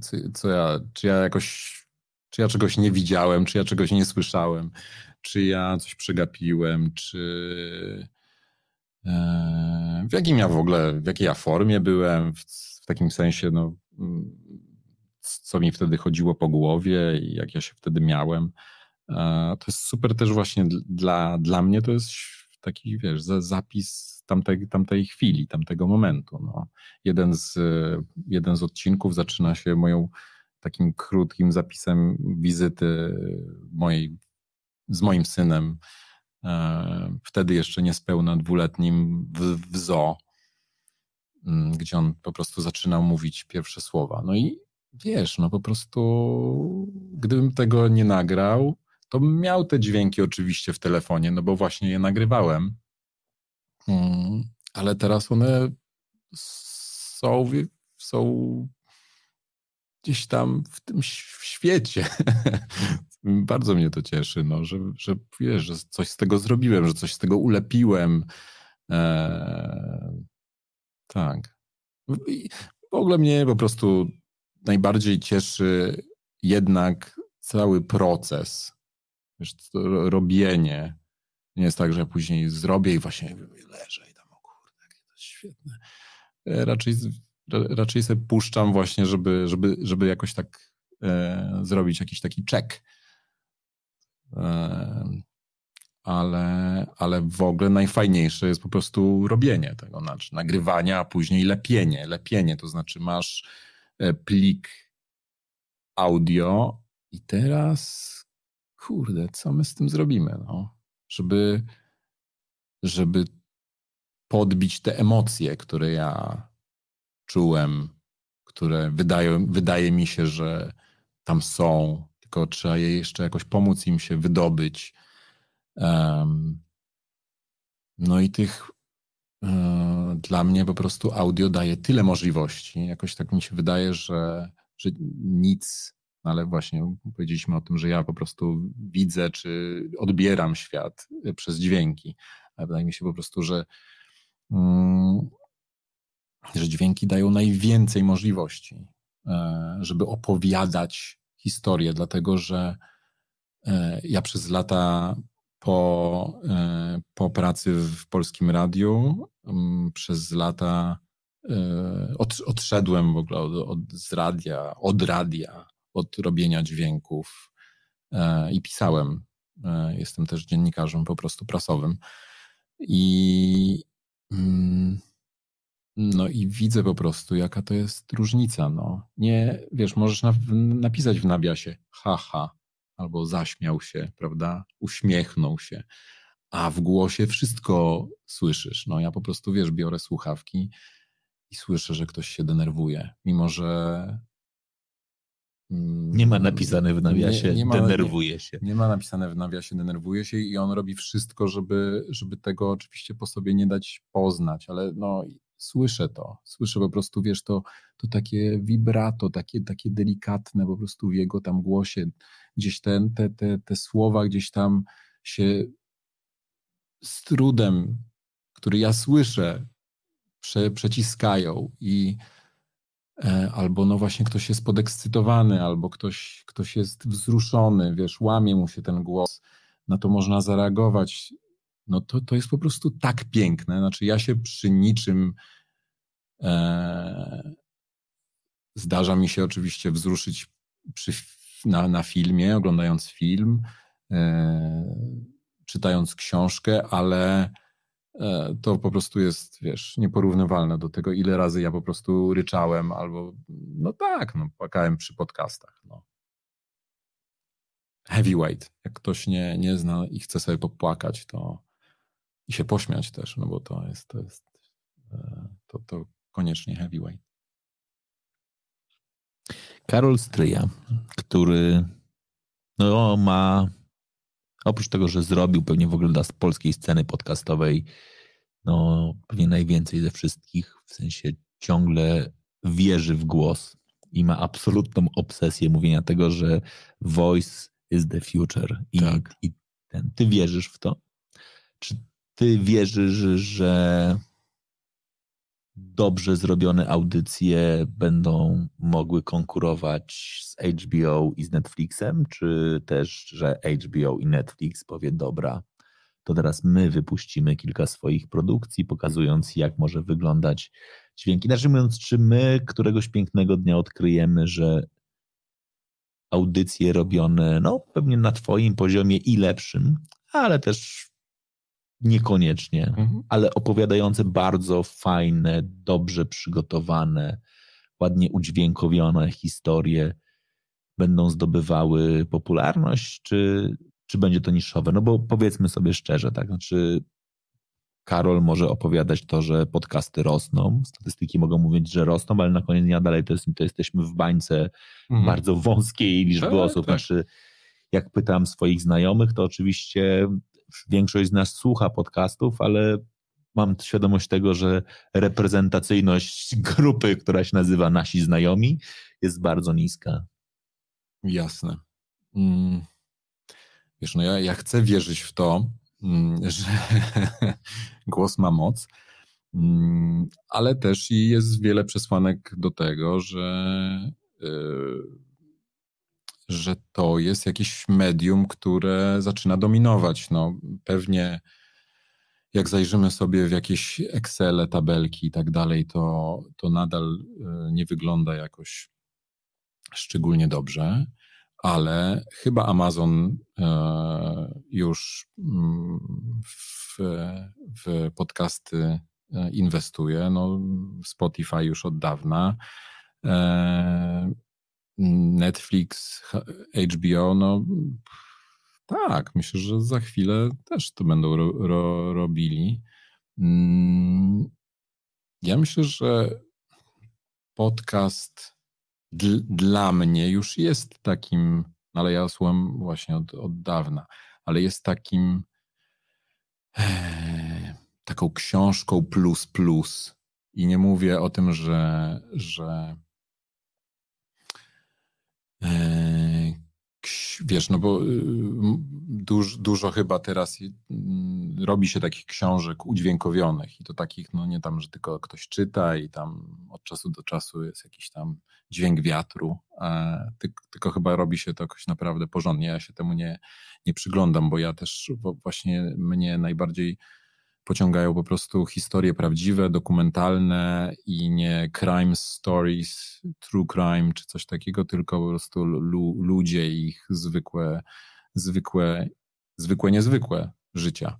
Czy ja czegoś nie widziałem, czy ja czegoś nie słyszałem, czy ja coś przegapiłem, czy w jakiej ja formie byłem, w takim sensie, no, co mi wtedy chodziło po głowie i jak ja się wtedy miałem. To jest super też właśnie dla mnie, to jest taki, wiesz, zapis tamtej chwili, tamtego momentu. No. Jeden z odcinków zaczyna się takim krótkim zapisem wizyty z moim synem, wtedy jeszcze niespełna 2-letnim w zoo, gdzie on po prostu zaczynał mówić pierwsze słowa. No i wiesz, no po prostu gdybym tego nie nagrał, to bym miał te dźwięki oczywiście w telefonie, no bo właśnie je nagrywałem, ale teraz one są gdzieś tam w tym świecie. bardzo mnie to cieszy, no, że wiesz, że coś z tego zrobiłem, że coś z tego ulepiłem. Tak. W ogóle mnie po prostu najbardziej cieszy jednak cały proces, wiesz, robienie. Nie jest tak, że ja później zrobię i właśnie leżę i tam, o kurde, jakie to jest świetne. Raczej sobie puszczam właśnie, żeby jakoś tak zrobić jakiś taki check. Ale w ogóle najfajniejsze jest po prostu robienie tego, znaczy nagrywania, a później lepienie. Lepienie, to znaczy masz plik audio i teraz, kurde, co my z tym zrobimy, no? Żeby podbić te emocje, które ja czułem, które wydaje mi się, że tam są, tylko trzeba je jeszcze jakoś pomóc im się wydobyć. No i dla mnie po prostu audio daje tyle możliwości. Jakoś tak mi się wydaje, że nic, ale właśnie powiedzieliśmy o tym, że ja po prostu widzę czy odbieram świat przez dźwięki. Ale wydaje mi się po prostu, że dźwięki dają najwięcej możliwości, żeby opowiadać historię, dlatego że ja przez lata po pracy w Polskim Radiu przez lata odszedłem w ogóle od radia, od robienia dźwięków i pisałem. Jestem też dziennikarzem po prostu prasowym. No i widzę po prostu, jaka to jest różnica. No. Nie, wiesz, możesz napisać w nawiasie haha, albo zaśmiał się, prawda, uśmiechnął się, a w głosie wszystko słyszysz. No ja po prostu, wiesz, biorę słuchawki i słyszę, że ktoś się denerwuje, mimo że nie ma napisane w nawiasie denerwuje się. Nie ma napisane w nawiasie denerwuje się i on robi wszystko, żeby tego oczywiście po sobie nie dać poznać, ale no słyszę po prostu, wiesz, to takie vibrato, takie delikatne po prostu w jego tam głosie, gdzieś te słowa gdzieś tam się z trudem, który ja słyszę, przeciskają i albo no właśnie ktoś jest podekscytowany, albo ktoś jest wzruszony, wiesz, łamie mu się ten głos, na to można zareagować. No to jest po prostu tak piękne, znaczy ja się przy niczym zdarza mi się oczywiście wzruszyć na filmie, oglądając film, czytając książkę, ale to po prostu jest, wiesz, nieporównywalne do tego, ile razy ja po prostu ryczałem albo, no tak, no płakałem przy podcastach. No. Heavyweight, jak ktoś nie zna i chce sobie popłakać, to i się pośmiać też, no bo to koniecznie Heavyweight. Karol Stryja, który no, ma, oprócz tego, że zrobił pewnie w ogóle dla polskiej sceny podcastowej no pewnie najwięcej ze wszystkich, w sensie ciągle wierzy w głos i ma absolutną obsesję mówienia tego, że voice is the future. Tak. Ty wierzysz w to? Czy ty wierzysz, że dobrze zrobione audycje będą mogły konkurować z HBO i z Netflixem, czy też, że HBO i Netflix powie, dobra, to teraz my wypuścimy kilka swoich produkcji, pokazując, jak może wyglądać dźwięk. Inaczej mówiąc, czy my któregoś pięknego dnia odkryjemy, że audycje robione, no pewnie na twoim poziomie i lepszym, ale też niekoniecznie, ale opowiadające bardzo fajne, dobrze przygotowane, ładnie udźwiękowione historie będą zdobywały popularność, czy będzie to niszowe? No bo powiedzmy sobie szczerze, tak, znaczy Karol może opowiadać to, że podcasty rosną, statystyki mogą mówić, że rosną, ale na koniec dnia dalej to jesteśmy w bańce bardzo wąskiej liczby osób. Tak. Znaczy, jak pytam swoich znajomych, to oczywiście większość z nas słucha podcastów, ale mam świadomość tego, że reprezentacyjność grupy, która się nazywa Nasi Znajomi, jest bardzo niska. Jasne. wiesz, no ja chcę wierzyć w to, że głos ma moc, ale też i jest wiele przesłanek do tego, że to jest jakieś medium, które zaczyna dominować. No, pewnie jak zajrzymy sobie w jakieś Excele, tabelki i tak dalej, to nadal nie wygląda jakoś szczególnie dobrze, ale chyba Amazon już w podcasty inwestuje, no Spotify już od dawna, Netflix, HBO, no tak, myślę, że za chwilę też to będą robili. Ja myślę, że podcast dla mnie już jest takim, ale ja słucham właśnie od dawna, ale jest taką książką plus. I nie mówię o tym, że wiesz, no bo dużo chyba teraz robi się takich książek udźwiękowionych i to takich, no nie tam, że tylko ktoś czyta i tam od czasu do czasu jest jakiś tam dźwięk wiatru, tylko chyba robi się to jakoś naprawdę porządnie. Ja się temu nie przyglądam, bo ja też właśnie mnie najbardziej pociągają po prostu historie prawdziwe, dokumentalne i nie crime stories, true crime czy coś takiego, tylko po prostu ludzie i ich niezwykłe życia.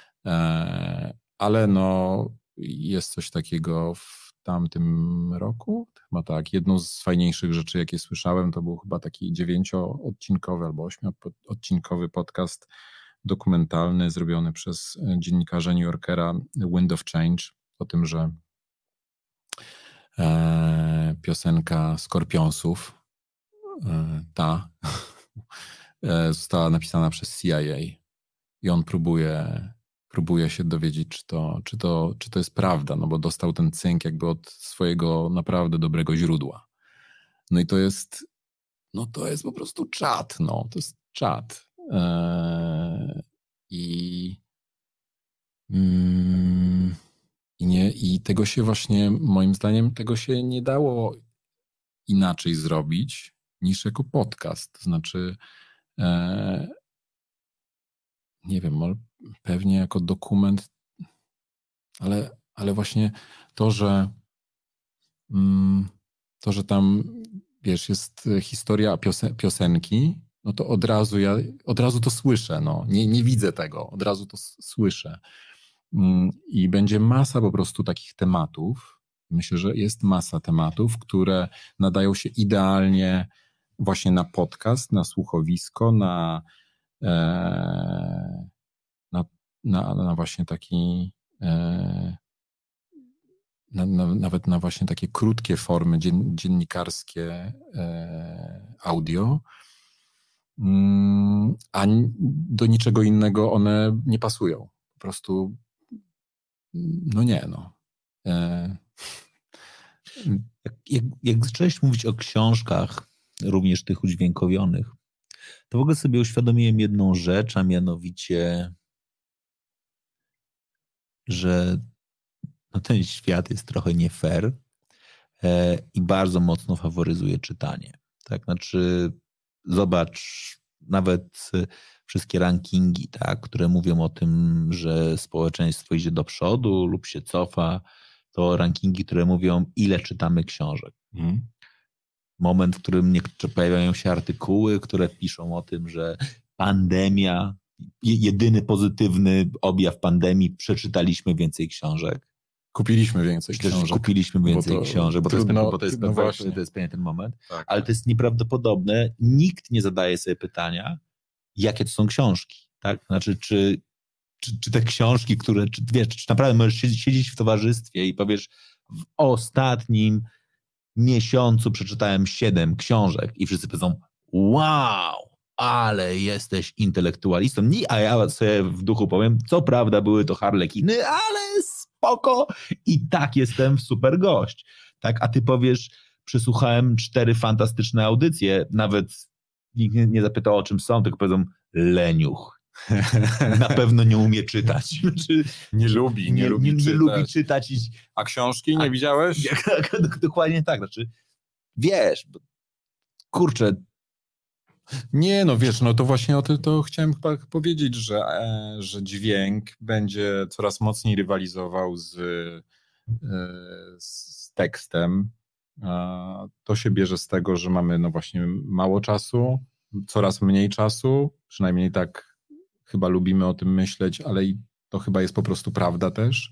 Ale no jest coś takiego w tamtym roku, chyba tak, jedną z fajniejszych rzeczy, jakie słyszałem, to był chyba taki 9-odcinkowy albo 8-odcinkowy podcast dokumentalny zrobiony przez dziennikarza New Yorkera Wind of Change o tym, że piosenka Skorpionsów została napisana przez CIA i on próbuje się dowiedzieć, czy to jest prawda, no bo dostał ten cynk jakby od swojego naprawdę dobrego źródła. No i to jest po prostu czad, no, to jest czad. I tego się właśnie, moim zdaniem, tego się nie dało inaczej zrobić niż jako podcast. To znaczy, nie wiem, pewnie jako dokument, ale właśnie to, że tam, wiesz, jest historia piosenki, no to od razu to słyszę, no. Nie widzę tego, od razu to słyszę. I będzie masa po prostu takich tematów. Myślę, że jest masa tematów, które nadają się idealnie właśnie na podcast, na słuchowisko, na właśnie taki nawet na właśnie takie krótkie formy dziennikarskie audio, a do niczego innego one nie pasują. Po prostu no nie, no. Jak zacząłeś mówić o książkach, również tych udźwiękowionych, to w ogóle sobie uświadomiłem jedną rzecz, a mianowicie, że no ten świat jest trochę nie fair i bardzo mocno faworyzuje czytanie. Tak, znaczy zobacz, nawet wszystkie rankingi, tak, które mówią o tym, że społeczeństwo idzie do przodu lub się cofa, to rankingi, które mówią, ile czytamy książek. Moment, w którym pojawiają się artykuły, które piszą o tym, że pandemia, jedyny pozytywny objaw pandemii, przeczytaliśmy więcej książek. Kupiliśmy więcej książek, bo to jest pewnie ten moment. Tak. Ale to jest nieprawdopodobne. Nikt nie zadaje sobie pytania, jakie to są książki. Tak? Znaczy, czy te książki, które, czy naprawdę możesz siedzieć w towarzystwie i powiesz, w ostatnim miesiącu przeczytałem 7 książek i wszyscy powiedzą, wow, ale jesteś intelektualistą. A ja sobie w duchu powiem, co prawda były to harlekiny, ale spoko i tak jestem super gość. Tak? A ty powiesz, przesłuchałem 4 fantastyczne audycje, nawet nikt nie zapytał, o czym są, tylko powiedzą, leniuch. Na pewno nie umie czytać. Znaczy, nie lubi czytać. A książki nie widziałeś? Dokładnie tak. Znaczy, wiesz, kurczę. Nie, no wiesz, no to właśnie o tym to chciałem chyba powiedzieć, że dźwięk będzie coraz mocniej rywalizował z tekstem. To się bierze z tego, że mamy no właśnie mało czasu, coraz mniej czasu, przynajmniej tak chyba lubimy o tym myśleć, ale i to chyba jest po prostu prawda też.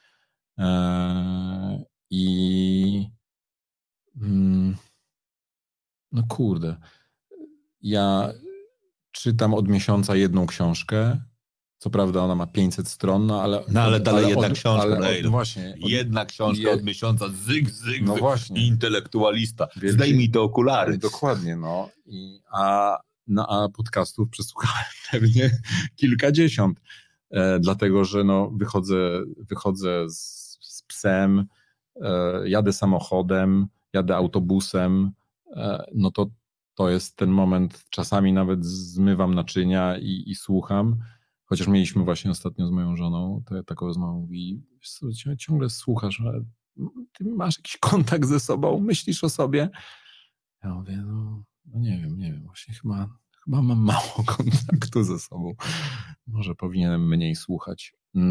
No kurde, ja czytam od miesiąca jedną książkę. Co prawda ona ma 500 stron, ale dalej jedna książka. Właśnie. Jedna książka od miesiąca, zyg, no właśnie. Intelektualista. Zdejmij te okulary. Dokładnie, no. A podcastów przesłuchałem pewnie kilkadziesiąt. Dlatego, że no wychodzę z psem, jadę samochodem, jadę autobusem, no to jest ten moment, czasami nawet zmywam naczynia i słucham, chociaż mieliśmy właśnie ostatnio z moją żoną taką rozmowę, mówi, ciągle słuchasz, ale ty masz jakiś kontakt ze sobą, myślisz o sobie? Ja mówię, no nie wiem, właśnie chyba mam mało kontaktu ze sobą, może powinienem mniej słuchać.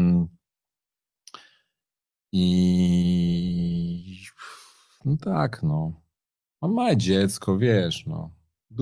I no tak, no. Mam małe dziecko, wiesz, no.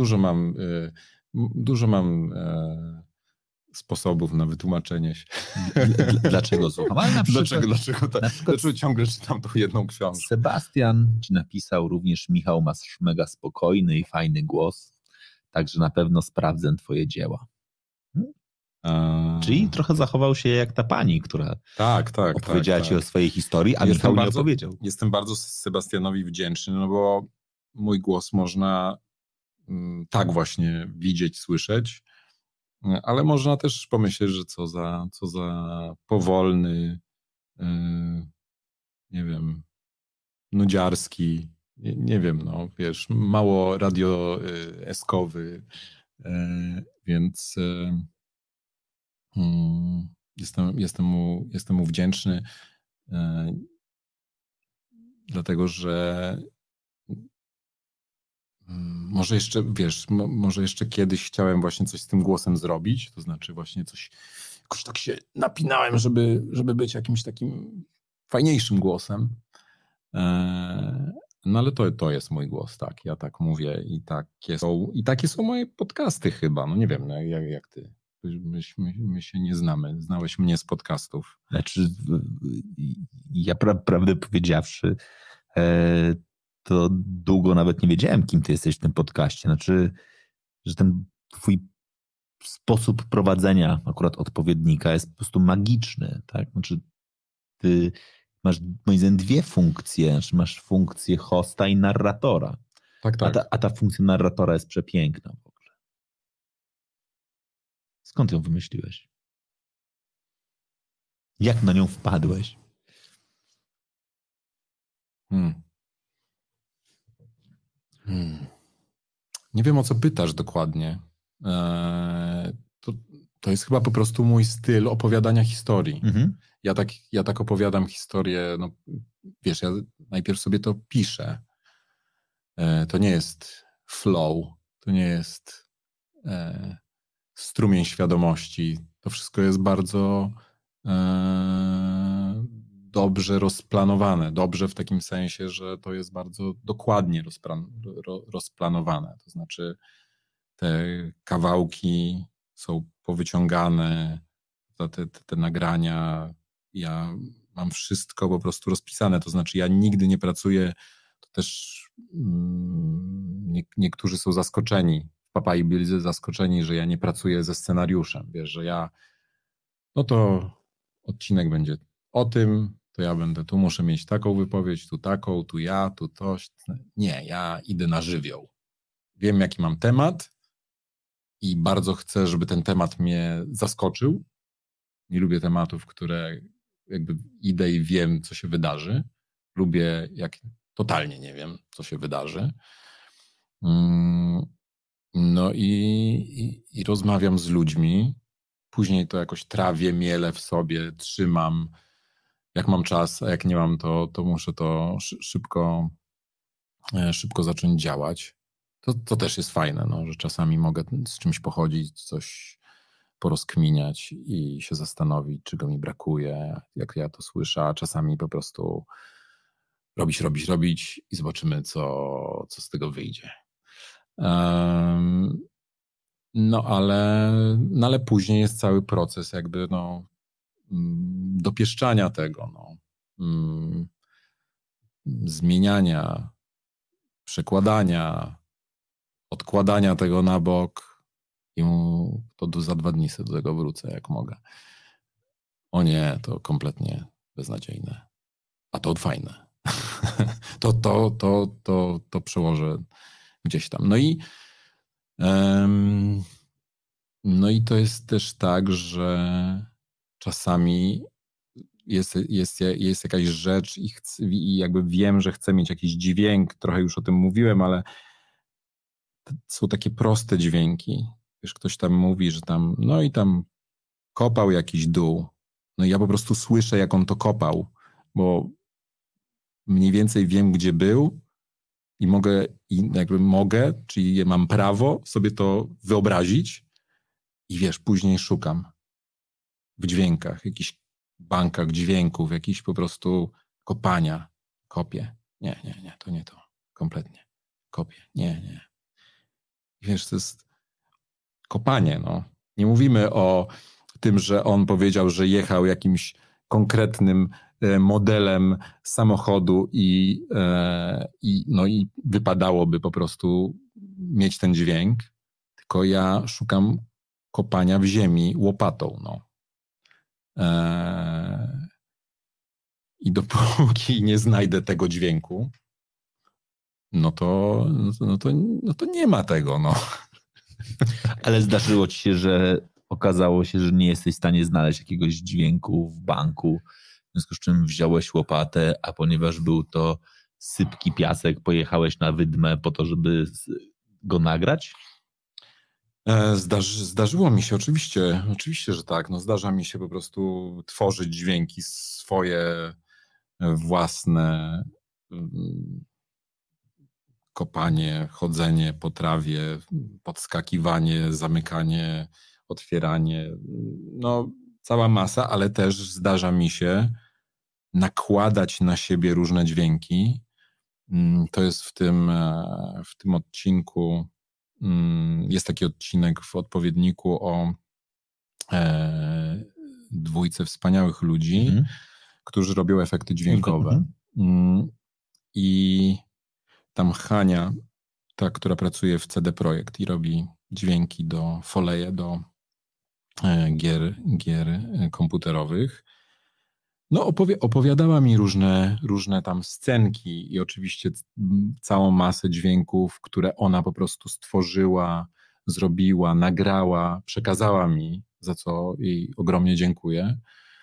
Dużo mam sposobów na wytłumaczenie się. Dlaczego słucham? Ale na przykład, dlaczego ciągle czytam tą jedną książkę? Sebastian ci napisał również: Michał, masz mega spokojny i fajny głos, także na pewno sprawdzę twoje dzieła. Czyli trochę zachował się jak ta pani, która opowiedziała ci o swojej historii, a Michał nie opowiedział. Jestem bardzo Sebastianowi wdzięczny, no bo mój głos można tak właśnie widzieć, słyszeć, ale można też pomyśleć, że co za powolny, nie wiem, nudziarski, nie wiem, no wiesz, mało radioeskowy, więc jestem mu wdzięczny, dlatego że może jeszcze kiedyś chciałem właśnie coś z tym głosem zrobić, to znaczy właśnie coś, jakoś tak się napinałem, żeby być jakimś takim fajniejszym głosem. No ale to jest mój głos, tak, ja tak mówię i takie są moje podcasty chyba, no nie wiem, no, jak ty. My się nie znamy. Znałeś mnie z podcastów. Znaczy, ja prawdę powiedziawszy, to długo nawet nie wiedziałem, kim ty jesteś w tym podcaście. Znaczy, że ten twój sposób prowadzenia akurat odpowiednika jest po prostu magiczny. Tak? Znaczy, ty masz moim zdaniem dwie funkcje. Znaczy, masz funkcję hosta i narratora. Tak. A ta funkcja narratora jest przepiękna w ogóle. Skąd ją wymyśliłeś? Jak na nią wpadłeś? Nie wiem, o co pytasz dokładnie. To jest chyba po prostu mój styl opowiadania historii. Mhm. Ja tak opowiadam historię, no wiesz, ja najpierw sobie to piszę. To nie jest flow, to nie jest strumień świadomości. To wszystko jest bardzo dobrze rozplanowane. Dobrze w takim sensie, że to jest bardzo dokładnie rozplanowane. To znaczy te kawałki są powyciągane, te nagrania. Ja mam wszystko po prostu rozpisane. To znaczy ja nigdy nie pracuję, to też niektórzy są zaskoczeni, w Papai Bilzy zaskoczeni, że ja nie pracuję ze scenariuszem. Wiesz, że no to odcinek będzie o tym, to ja tu muszę mieć taką wypowiedź, tu taką, tu ja, tu coś. Nie, ja idę na żywioł. Wiem, jaki mam temat i bardzo chcę, żeby ten temat mnie zaskoczył. Nie lubię tematów, które jakby idę i wiem, co się wydarzy. Lubię, jak totalnie nie wiem, co się wydarzy. No i rozmawiam z ludźmi, później to jakoś trawię, mielę w sobie, trzymam, jak mam czas, a jak nie mam, to muszę to szybko zacząć działać. To też jest fajne, no, że czasami mogę z czymś pochodzić, coś porozkminiać i się zastanowić, czego mi brakuje, jak ja to słyszę, a czasami po prostu robić i zobaczymy, co z tego wyjdzie. No ale później jest cały proces jakby dopieszczania tego, zmieniania, przekładania, odkładania tego na bok i to za 2 dni sobie do tego wrócę, jak mogę. O nie, to kompletnie beznadziejne. A to fajne. to przełożę gdzieś tam. No i to jest też tak, że czasami jest jakaś rzecz i jakby wiem, że chcę mieć jakiś dźwięk, trochę już o tym mówiłem, ale są takie proste dźwięki. Wiesz, ktoś tam mówi, że tam kopał jakiś dół. No i ja po prostu słyszę, jak on to kopał, bo mniej więcej wiem, gdzie był i mogę, czyli mam prawo sobie to wyobrazić i wiesz, później szukam w dźwiękach, jakichś bankach dźwięków, jakichś po prostu kopania. Kopię. Nie, to nie to. Kompletnie. Kopię. Nie. Wiesz, to jest kopanie, no. Nie mówimy o tym, że on powiedział, że jechał jakimś konkretnym modelem samochodu i wypadałoby po prostu mieć ten dźwięk, tylko ja szukam kopania w ziemi łopatą, no. I dopóki nie znajdę tego dźwięku, no to nie ma tego, no. Ale zdarzyło ci się, że okazało się, że nie jesteś w stanie znaleźć jakiegoś dźwięku w banku, w związku z czym wziąłeś łopatę, a ponieważ był to sypki piasek, pojechałeś na wydmę po to, żeby go nagrać? Zdarzyło mi się, oczywiście, że tak. No, zdarza mi się po prostu tworzyć dźwięki swoje własne, kopanie, chodzenie po trawie, podskakiwanie, zamykanie, otwieranie. No, cała masa, ale też zdarza mi się nakładać na siebie różne dźwięki. To jest w tym odcinku. Jest taki odcinek w odpowiedniku o dwójce wspaniałych ludzi, którzy robią efekty dźwiękowe. I tam Hania, ta, która pracuje w CD Projekt i robi dźwięki do foleje, do gier komputerowych, no opowiadała mi różne tam scenki i oczywiście całą masę dźwięków, które ona po prostu stworzyła, zrobiła, nagrała, przekazała mi, za co jej ogromnie dziękuję.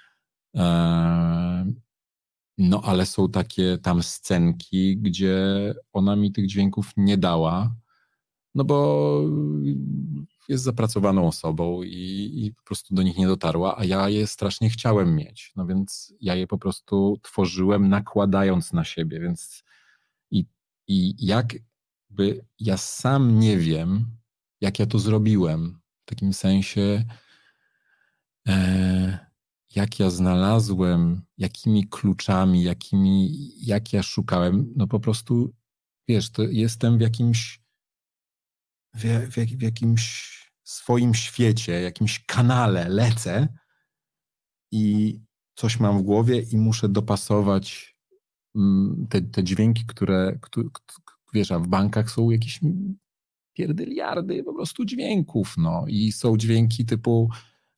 No ale są takie tam scenki, gdzie ona mi tych dźwięków nie dała, no bo jest zapracowaną osobą i po prostu do nich nie dotarła, a ja je strasznie chciałem mieć. No więc ja je po prostu tworzyłem, nakładając na siebie, więc i jakby ja sam nie wiem, jak ja to zrobiłem. W takim sensie jak ja znalazłem, jakimi kluczami, jak ja szukałem, no po prostu, wiesz, to jestem w jakimś swoim świecie, jakimś kanale lecę i coś mam w głowie i muszę dopasować te dźwięki, które wiesz, a w bankach są jakieś pierdyliardy po prostu dźwięków, no i są dźwięki typu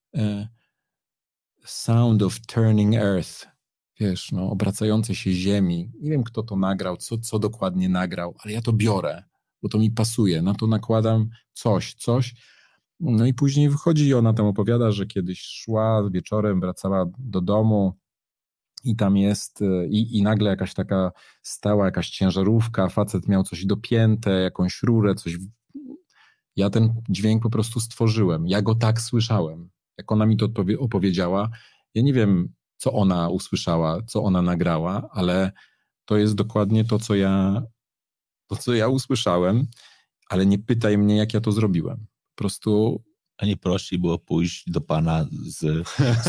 Sound of Turning Earth, wiesz, no, obracającej się ziemi. Nie wiem, kto to nagrał, co dokładnie nagrał, ale ja to biorę, bo to mi pasuje. Na to nakładam coś. No i później wychodzi i ona tam opowiada, że kiedyś szła wieczorem, wracała do domu i tam jest i nagle jakaś taka stała jakaś ciężarówka, facet miał coś dopięte, jakąś rurę, coś Ja ten dźwięk po prostu stworzyłem. Ja go tak słyszałem. Jak ona mi to opowiedziała, ja nie wiem, co ona usłyszała, co ona nagrała, ale to jest dokładnie to, co ja usłyszałem, ale nie pytaj mnie, jak ja to zrobiłem. Po prostu... A nie prościej było pójść do pana z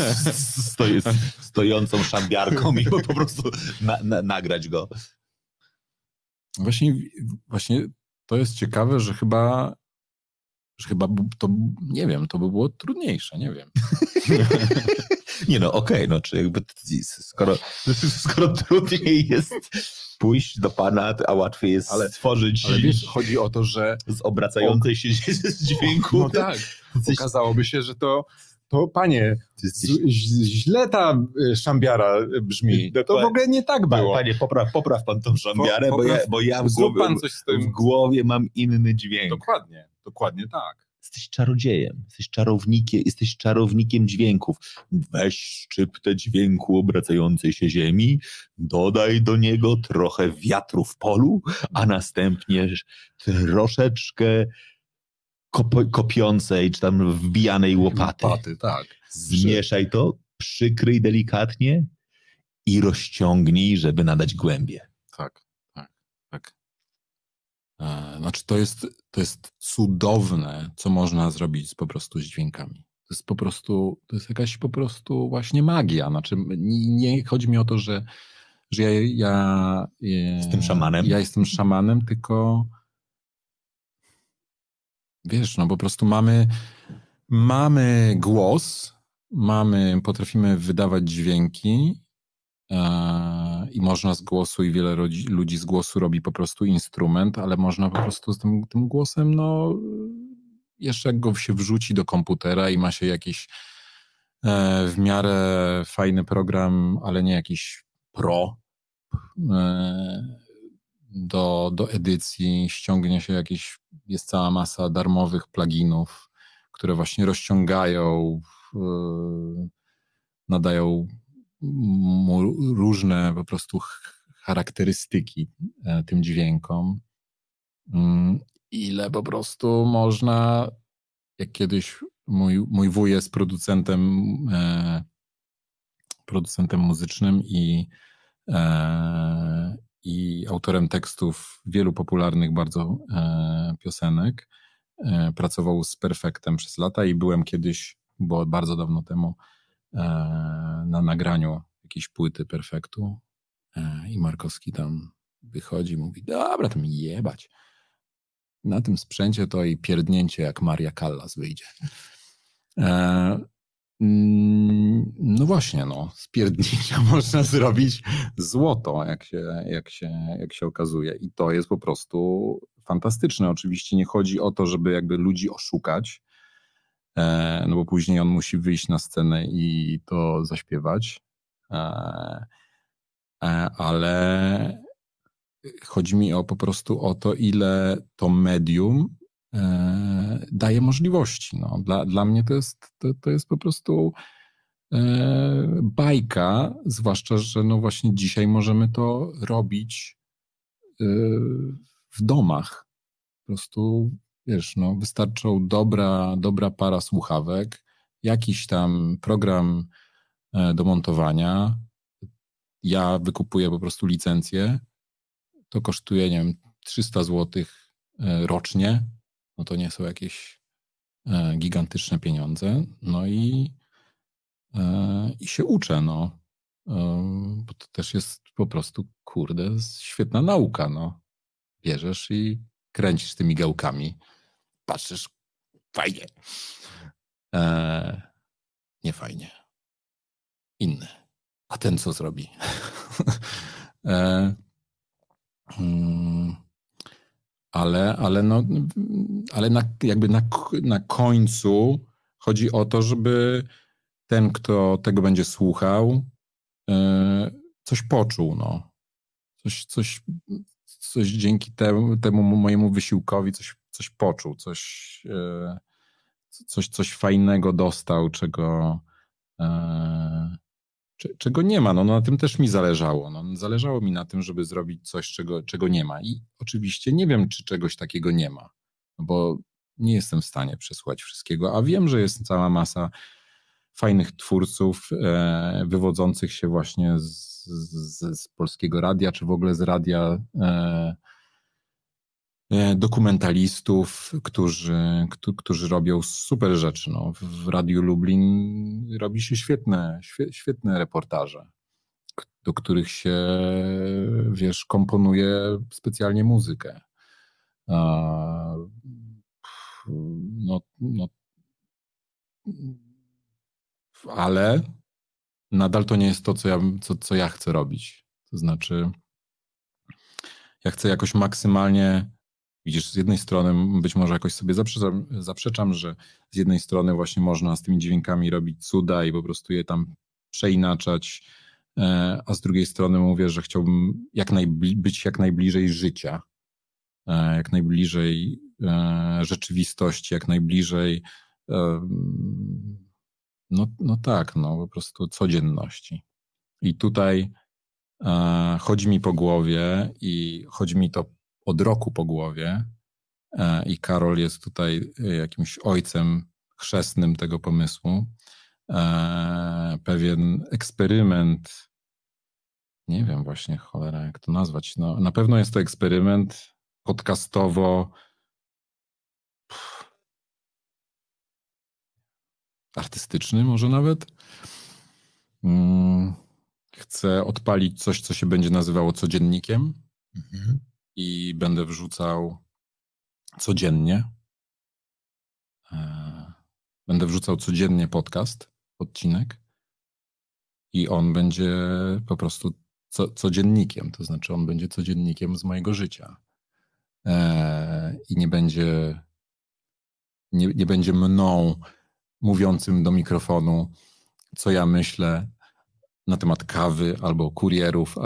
stojącą szambiarką i po prostu nagrać go. Właśnie to jest ciekawe, że chyba to, nie wiem, to by było trudniejsze, nie wiem. Nie no, okej, no czy jakby skoro trudniej jest pójść do pana, a łatwiej jest stworzyć... Ale wiesz, chodzi o to, że... Z obracającej się dźwięku. No tak, okazałoby się się, że to panie, źle ta szambiara brzmi. To w ogóle nie tak było. Panie, popraw pan tą szambiarę, bo ja w głowie mam inny dźwięk. Dokładnie tak. Jesteś czarodziejem, jesteś czarownikiem dźwięków. Weź szczyptę dźwięku obracającej się ziemi, dodaj do niego trochę wiatru w polu, a następnie troszeczkę kopiącej, czy tam wbijanej łopaty. Tak. Zmieszaj to, przykryj delikatnie i rozciągnij, żeby nadać głębię. Tak. Znaczy to jest cudowne, co można zrobić po prostu z dźwiękami. To jest jakaś po prostu właśnie magia. Znaczy nie chodzi mi o to, że ja jestem szamanem. Ja jestem szamanem, tylko wiesz, no po prostu mamy głos, potrafimy wydawać dźwięki i można z głosu i wiele ludzi z głosu robi po prostu instrument, ale można po prostu z tym głosem, no jeszcze jak go się wrzuci do komputera i ma się jakiś w miarę fajny program, ale nie jakiś pro do edycji, ściągnie się jest cała masa darmowych pluginów, które właśnie rozciągają, nadają mu różne po prostu charakterystyki tym dźwiękom. Ile po prostu można, jak kiedyś mój wuj jest producentem muzycznym i autorem tekstów wielu popularnych bardzo piosenek. Pracował z Perfektem przez lata i byłem kiedyś, było bardzo dawno temu, na nagraniu jakiejś płyty Perfektu i Markowski tam wychodzi, mówi, dobra, to mi jebać. Na tym sprzęcie to i pierdnięcie jak Maria Callas wyjdzie. No właśnie, z pierdnięcia można zrobić złoto, jak się okazuje. I to jest po prostu fantastyczne. Oczywiście nie chodzi o to, żeby jakby ludzi oszukać, no bo później on musi wyjść na scenę i to zaśpiewać, ale chodzi mi po prostu o to, ile to medium daje możliwości. No. Dla mnie to jest po prostu bajka, zwłaszcza, że no właśnie dzisiaj możemy to robić w domach. Po prostu, wiesz, no wystarczą dobra para słuchawek, jakiś tam program do montowania. Ja wykupuję po prostu licencję. To kosztuje, nie wiem, 300 zł rocznie. No to nie są jakieś gigantyczne pieniądze. No i się uczę, no. Bo to też jest po prostu, kurde, świetna nauka, no. Bierzesz i kręcisz tymi gałkami. Patrzysz, fajnie. Nie fajnie. Inny. A ten co zrobi? Ale jakby na końcu chodzi o to, żeby ten, kto tego będzie słuchał, coś poczuł, no. Coś dzięki temu mojemu wysiłkowi coś poczuł, coś fajnego dostał, czego nie ma. No na tym też mi zależało. No, zależało mi na tym, żeby zrobić coś, czego nie ma. I oczywiście nie wiem, czy czegoś takiego nie ma. No bo nie jestem w stanie przesłuchać wszystkiego, a wiem, że jest cała masa fajnych twórców wywodzących się właśnie z Polskiego Radia, czy w ogóle z radia, dokumentalistów, którzy robią super rzeczy. No, w Radiu Lublin robi się świetne reportaże, do których się, wiesz, komponuje specjalnie muzykę. Ale nadal to nie jest to, co ja chcę robić. To znaczy, ja chcę jakoś maksymalnie, widzisz, z jednej strony być może jakoś sobie zaprzeczam, że z jednej strony właśnie można z tymi dźwiękami robić cuda i po prostu je tam przeinaczać, a z drugiej strony mówię, że chciałbym być jak najbliżej życia, jak najbliżej rzeczywistości, jak najbliżej po prostu codzienności. I tutaj chodzi mi po głowie i chodzi mi to od roku po głowie i Karol jest tutaj jakimś ojcem chrzestnym tego pomysłu. Pewien eksperyment, nie wiem właśnie, cholera, jak to nazwać. No, na pewno jest to eksperyment podcastowo artystyczny może nawet. Chcę odpalić coś, co się będzie nazywało codziennikiem i będę wrzucał codziennie. Będę wrzucał codziennie odcinek i on będzie po prostu codziennikiem, to znaczy on będzie codziennikiem z mojego życia. I nie będzie mną mówiącym do mikrofonu, co ja myślę na temat kawy, albo kurierów,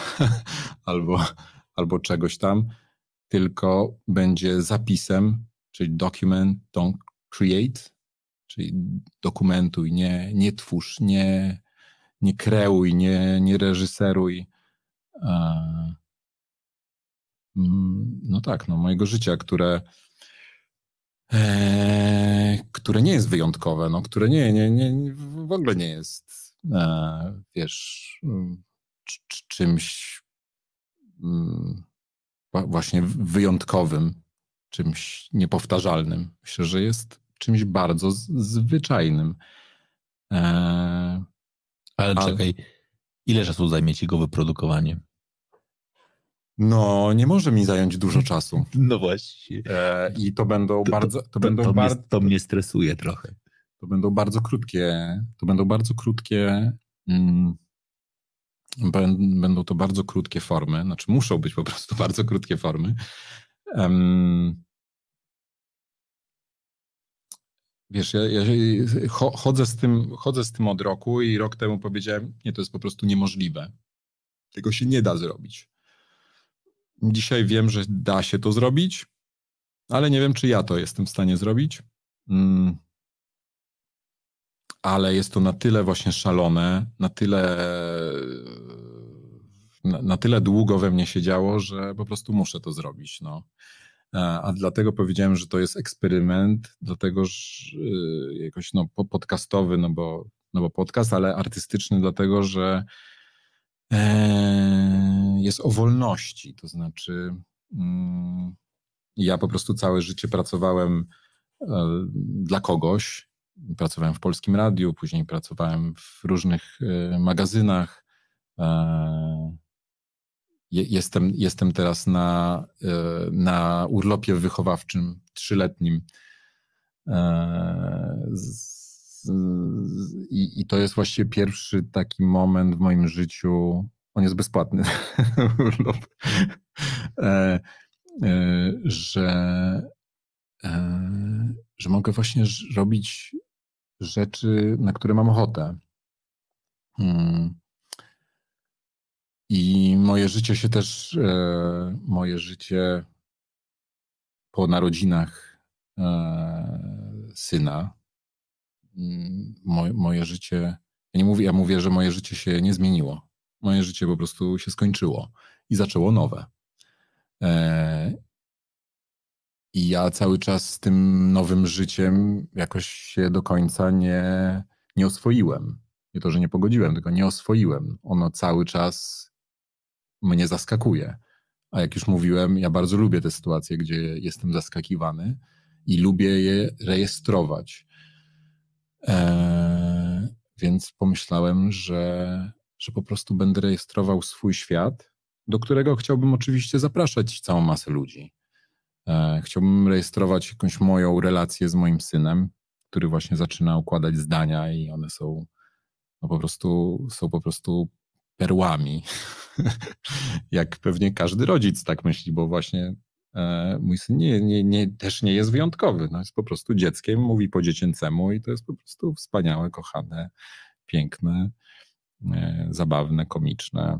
albo czegoś tam, tylko będzie zapisem, czyli document, don't create, czyli dokumentuj, nie twórz, nie kreuj, nie reżyseruj. Mojego życia, które nie jest wyjątkowe, które w ogóle nie jest, wiesz, czymś właśnie wyjątkowym, czymś niepowtarzalnym. Myślę, że jest czymś bardzo zwyczajnym. Ale czekaj, ile czasu zajmie ci go wyprodukowanie? No, nie może mi zająć dużo czasu. No właśnie. I to będą to mnie stresuje trochę. To będą bardzo krótkie, będą to bardzo krótkie formy, znaczy muszą być po prostu bardzo krótkie formy. Wiesz, ja chodzę z tym od roku i rok temu powiedziałem, nie, to jest po prostu niemożliwe. Tego się nie da zrobić. Dzisiaj wiem, że da się to zrobić, ale nie wiem, czy ja to jestem w stanie zrobić. Ale jest to na tyle właśnie szalone, na tyle długo we mnie siedziało, że po prostu muszę to zrobić. No. A dlatego powiedziałem, że to jest eksperyment, dlatego że jakoś podcastowy, no bo podcast, ale artystyczny, dlatego że jest o wolności, to znaczy ja po prostu całe życie pracowałem dla kogoś, pracowałem w Polskim Radiu, później pracowałem w różnych magazynach, jestem teraz na urlopie wychowawczym 3-letnim i to jest właściwie pierwszy taki moment w moim życiu, on jest bezpłatny, urlop, że mogę właśnie robić rzeczy, na które mam ochotę. I moje życie się też, po narodzinach syna, moje życie, ja mówię, że moje życie się nie zmieniło. Moje życie po prostu się skończyło i zaczęło nowe. I ja cały czas z tym nowym życiem jakoś się do końca nie oswoiłem. Nie to, że nie pogodziłem, tylko nie oswoiłem. Ono cały czas mnie zaskakuje. A jak już mówiłem, ja bardzo lubię te sytuacje, gdzie jestem zaskakiwany i lubię je rejestrować. Więc pomyślałem, że po prostu będę rejestrował swój świat, do którego chciałbym oczywiście zapraszać całą masę ludzi. Chciałbym rejestrować jakąś moją relację z moim synem, który właśnie zaczyna układać zdania i one są po prostu perłami. Jak pewnie każdy rodzic tak myśli, bo właśnie mój syn też nie jest wyjątkowy. No jest po prostu dzieckiem, mówi po dziecięcemu i to jest po prostu wspaniałe, kochane, piękne, zabawne, komiczne.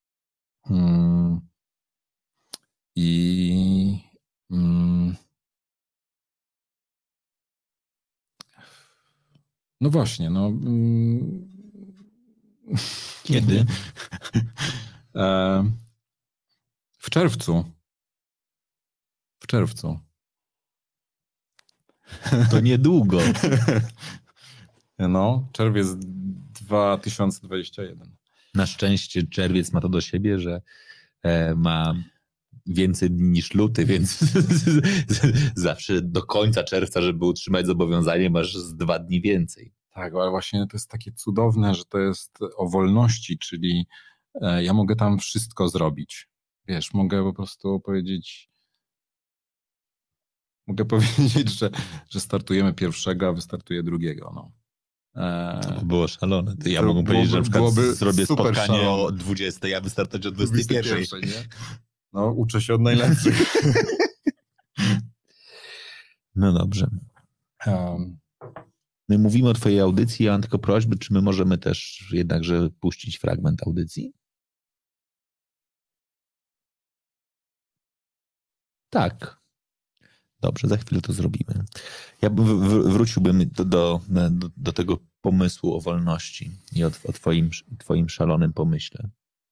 No właśnie, no. Kiedy? W czerwcu. W czerwcu. To niedługo. No, czerwiec 2021. Na szczęście czerwiec ma to do siebie, że ma więcej dni niż luty, więc zawsze do końca czerwca, żeby utrzymać zobowiązanie, masz z 2 dni więcej. Tak, ale właśnie to jest takie cudowne, że to jest o wolności, czyli ja mogę tam wszystko zrobić. Wiesz, mogę po prostu powiedzieć, że startujemy pierwszego, a wystartuje drugiego. No. To było szalone. To ja to mogę powiedzieć, że na przykład zrobię spotkanie szalone. o 20, ja wystartować o 21. Nie? No, uczę się od najlepszych. No dobrze. No i mówimy o twojej audycji, ja mam tylko prośbę, czy my możemy też jednakże puścić fragment audycji? Tak. Dobrze, za chwilę to zrobimy. Ja wróciłbym do tego pomysłu o wolności i o twoim szalonym pomyśle.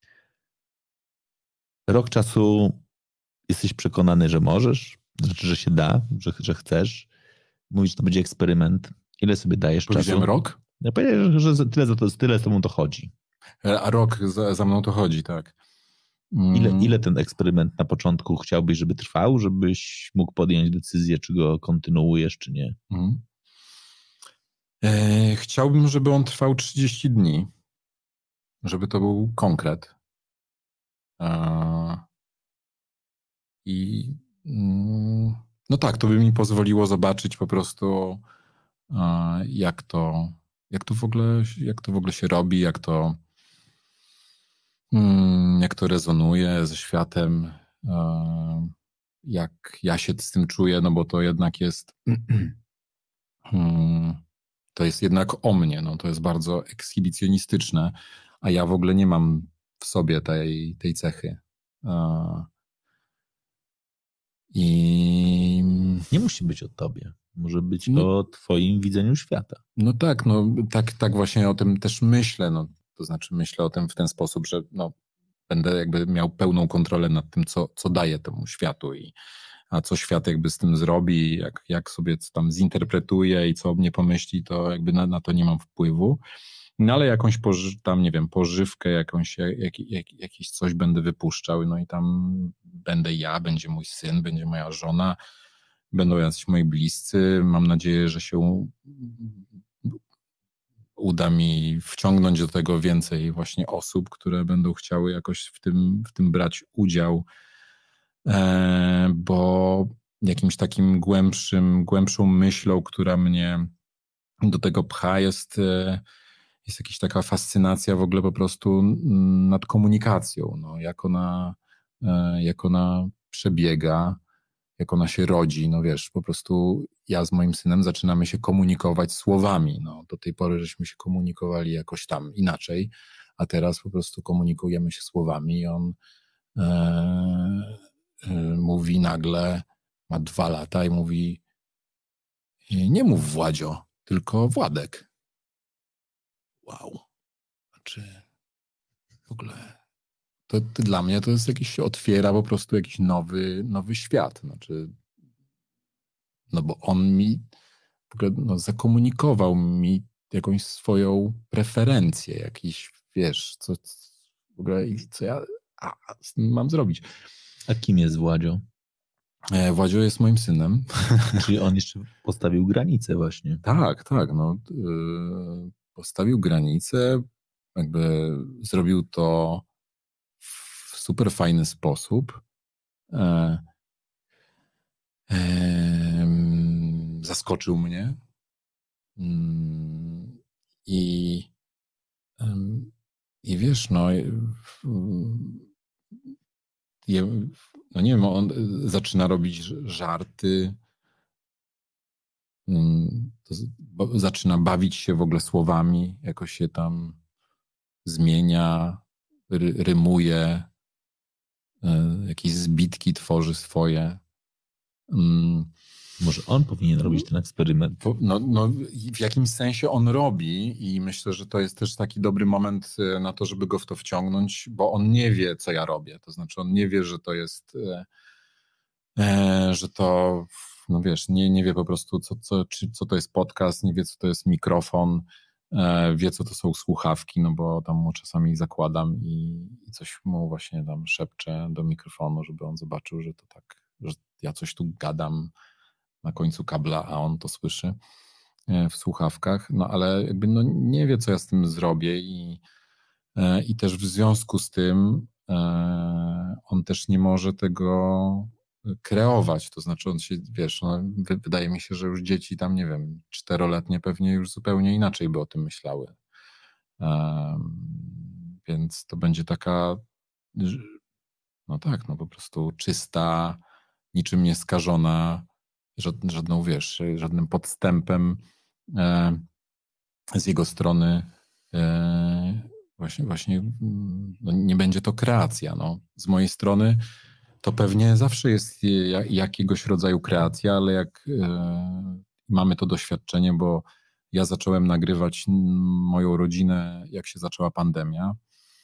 Rok czasu jesteś przekonany, że możesz, znaczy, że się da, że chcesz. Mówisz, że to będzie eksperyment. Ile sobie dajesz czasu? Powiedziałem rok? Ja powiedziałem, że tyle z tobą to chodzi. A rok za mną to chodzi, tak. Ile ten eksperyment na początku chciałbyś, żeby trwał, żebyś mógł podjąć decyzję, czy go kontynuujesz, czy nie? Chciałbym, żeby on trwał 30 dni. Żeby to był konkret. I no tak, to by mi pozwoliło zobaczyć po prostu jak to w ogóle się robi, jak to rezonuje ze światem, jak ja się z tym czuję, no bo to jednak jest to jest jednak o mnie, no to jest bardzo ekshibicjonistyczne, a ja w ogóle nie mam w sobie tej cechy. I nie musi być o tobie. Może być o twoim widzeniu świata. No tak właśnie o tym też myślę. No, to znaczy myślę o tym w ten sposób, że będę jakby miał pełną kontrolę nad tym, co daje temu światu a co świat jakby z tym zrobi, jak sobie co tam zinterpretuje i co o mnie pomyśli, to jakby na to nie mam wpływu. No ale jakąś tam, nie wiem, pożywkę, jakieś coś będę wypuszczał, no i tam będę ja, będzie mój syn, będzie moja żona, będą jacyś moi bliscy. Mam nadzieję, że się uda mi wciągnąć do tego więcej właśnie osób, które będą chciały jakoś w tym brać udział, bo jakimś takim głębszą myślą, która mnie do tego pcha, jest jakaś taka fascynacja w ogóle po prostu nad komunikacją, no, jak ona przebiega, jak ona się rodzi, no wiesz, po prostu ja z moim synem zaczynamy się komunikować słowami, no do tej pory żeśmy się komunikowali jakoś tam inaczej, a teraz po prostu komunikujemy się słowami i on mówi nagle, ma 2 lata i mówi: nie mów Władzio, tylko Władek. Wow. Znaczy w ogóle to dla mnie to jest jakiś, otwiera po prostu jakiś nowy świat. Znaczy No bo on mi w ogóle zakomunikował mi jakąś swoją preferencję, jakiś, wiesz, co w ogóle, co ja z tym mam zrobić. A kim jest Władzio? Władzio jest moim synem. Czyli on jeszcze postawił granicę właśnie. Tak, postawił granicę, jakby zrobił to w super fajny sposób. Zaskoczył mnie. I wiesz, nie wiem, on zaczyna robić żarty, zaczyna bawić się w ogóle słowami, jakoś się tam zmienia, rymuje, jakieś zbitki tworzy swoje. Może on powinien robić ten eksperyment. No, w jakimś sensie on robi i myślę, że to jest też taki dobry moment na to, żeby go w to wciągnąć, bo on nie wie, co ja robię. To znaczy on nie wie, że to jest, że to, no wiesz, nie wie po prostu, co to jest podcast, nie wie, co to jest mikrofon, wie, co to są słuchawki, no bo tam mu czasami zakładam i coś mu właśnie tam szepczę do mikrofonu, żeby on zobaczył, że to tak, że ja coś tu gadam na końcu kabla, a on to słyszy w słuchawkach, no ale jakby nie wie, co ja z tym zrobię i też w związku z tym on też nie może tego kreować, to znaczy on się, wiesz, wydaje mi się, że już dzieci tam, nie wiem, 4-letnie pewnie już zupełnie inaczej by o tym myślały. Więc to będzie taka, no tak, no po prostu czysta, niczym nieskażona, żadną, wiesz, żadnym podstępem z jego strony właśnie no nie będzie to kreacja. No. Z mojej strony to pewnie zawsze jest jakiegoś rodzaju kreacja, ale jak mamy to doświadczenie, bo ja zacząłem nagrywać moją rodzinę, jak się zaczęła pandemia.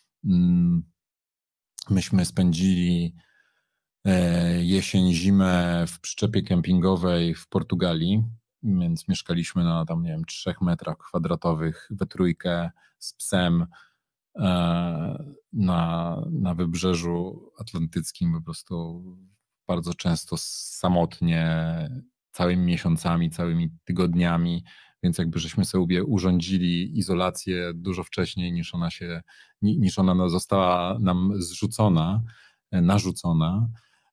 Myśmy spędzili jesień, zimę w przyczepie kempingowej w Portugalii, więc mieszkaliśmy na tam, nie wiem, 3 metrach kwadratowych we trójkę z psem na wybrzeżu atlantyckim, po prostu bardzo często samotnie, całymi miesiącami, całymi tygodniami, więc jakby żeśmy sobie urządzili izolację dużo wcześniej niż ona została nam narzucona,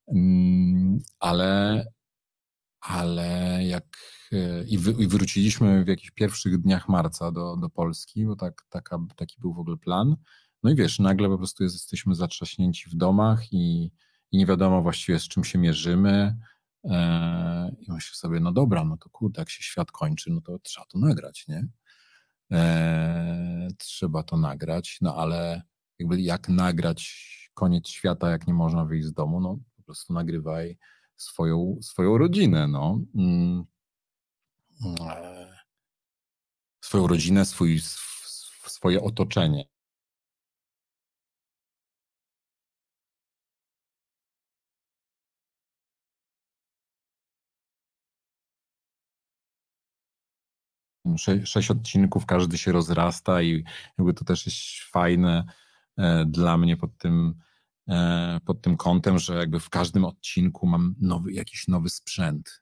ale jak i wróciliśmy w jakichś pierwszych dniach marca do Polski, bo taki był w ogóle plan. No i wiesz, nagle po prostu jesteśmy zatrzaśnięci w domach i nie wiadomo właściwie, z czym się mierzymy. I myślę sobie, no dobra, no to kurde, jak się świat kończy, no to trzeba to nagrać, nie? Trzeba to nagrać, no ale jakby jak nagrać koniec świata, jak nie można wyjść z domu, no po prostu nagrywaj swoją rodzinę, no. Swoją rodzinę, swoje otoczenie. Sześć odcinków, każdy się rozrasta i jakby to też jest fajne dla mnie pod tym kątem, że jakby w każdym odcinku mam jakiś nowy sprzęt.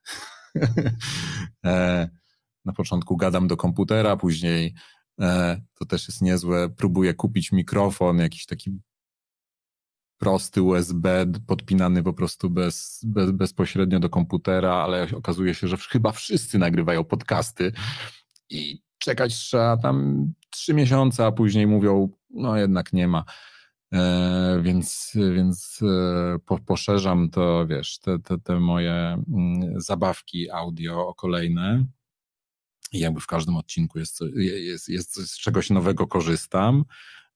Na początku gadam do komputera, później to też jest niezłe, próbuję kupić mikrofon, jakiś taki prosty USB podpinany po prostu bezpośrednio do komputera, ale okazuje się, że chyba wszyscy nagrywają podcasty i czekać trzeba tam 3 miesiące, a później mówią, no jednak nie ma. Więc poszerzam to, wiesz, te moje zabawki audio o kolejne i jakby w każdym odcinku jest z czegoś nowego korzystam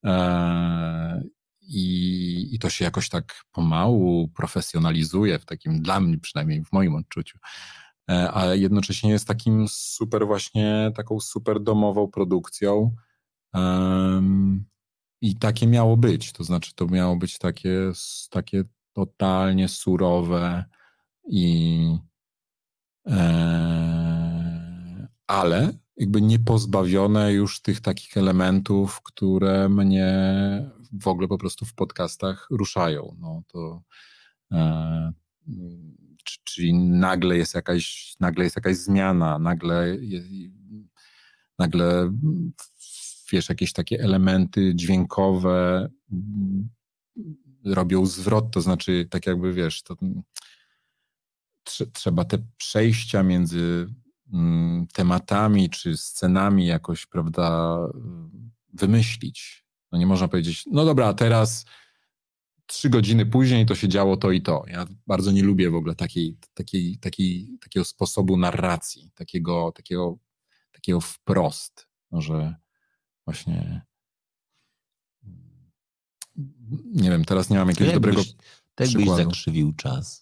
i to się jakoś tak pomału profesjonalizuje w takim, dla mnie przynajmniej w moim odczuciu, ale jednocześnie jest takim super właśnie, taką super domową produkcją. I takie miało być, to znaczy to miało być takie totalnie surowe i ale jakby nie pozbawione już tych takich elementów, które mnie w ogóle po prostu w podcastach ruszają. No to czyli nagle jest jakaś zmiana, nagle wiesz, jakieś takie elementy dźwiękowe robią zwrot, to znaczy tak jakby wiesz, to trzeba te przejścia między tematami czy scenami jakoś, prawda, wymyślić. No nie można powiedzieć, no dobra, a teraz 3 godziny później to się działo to i to. Ja bardzo nie lubię w ogóle takiego sposobu narracji, takiego wprost, no, że właśnie nie wiem, teraz nie mam jakiegoś dobrego przykładu. Byś zakrzywił czas.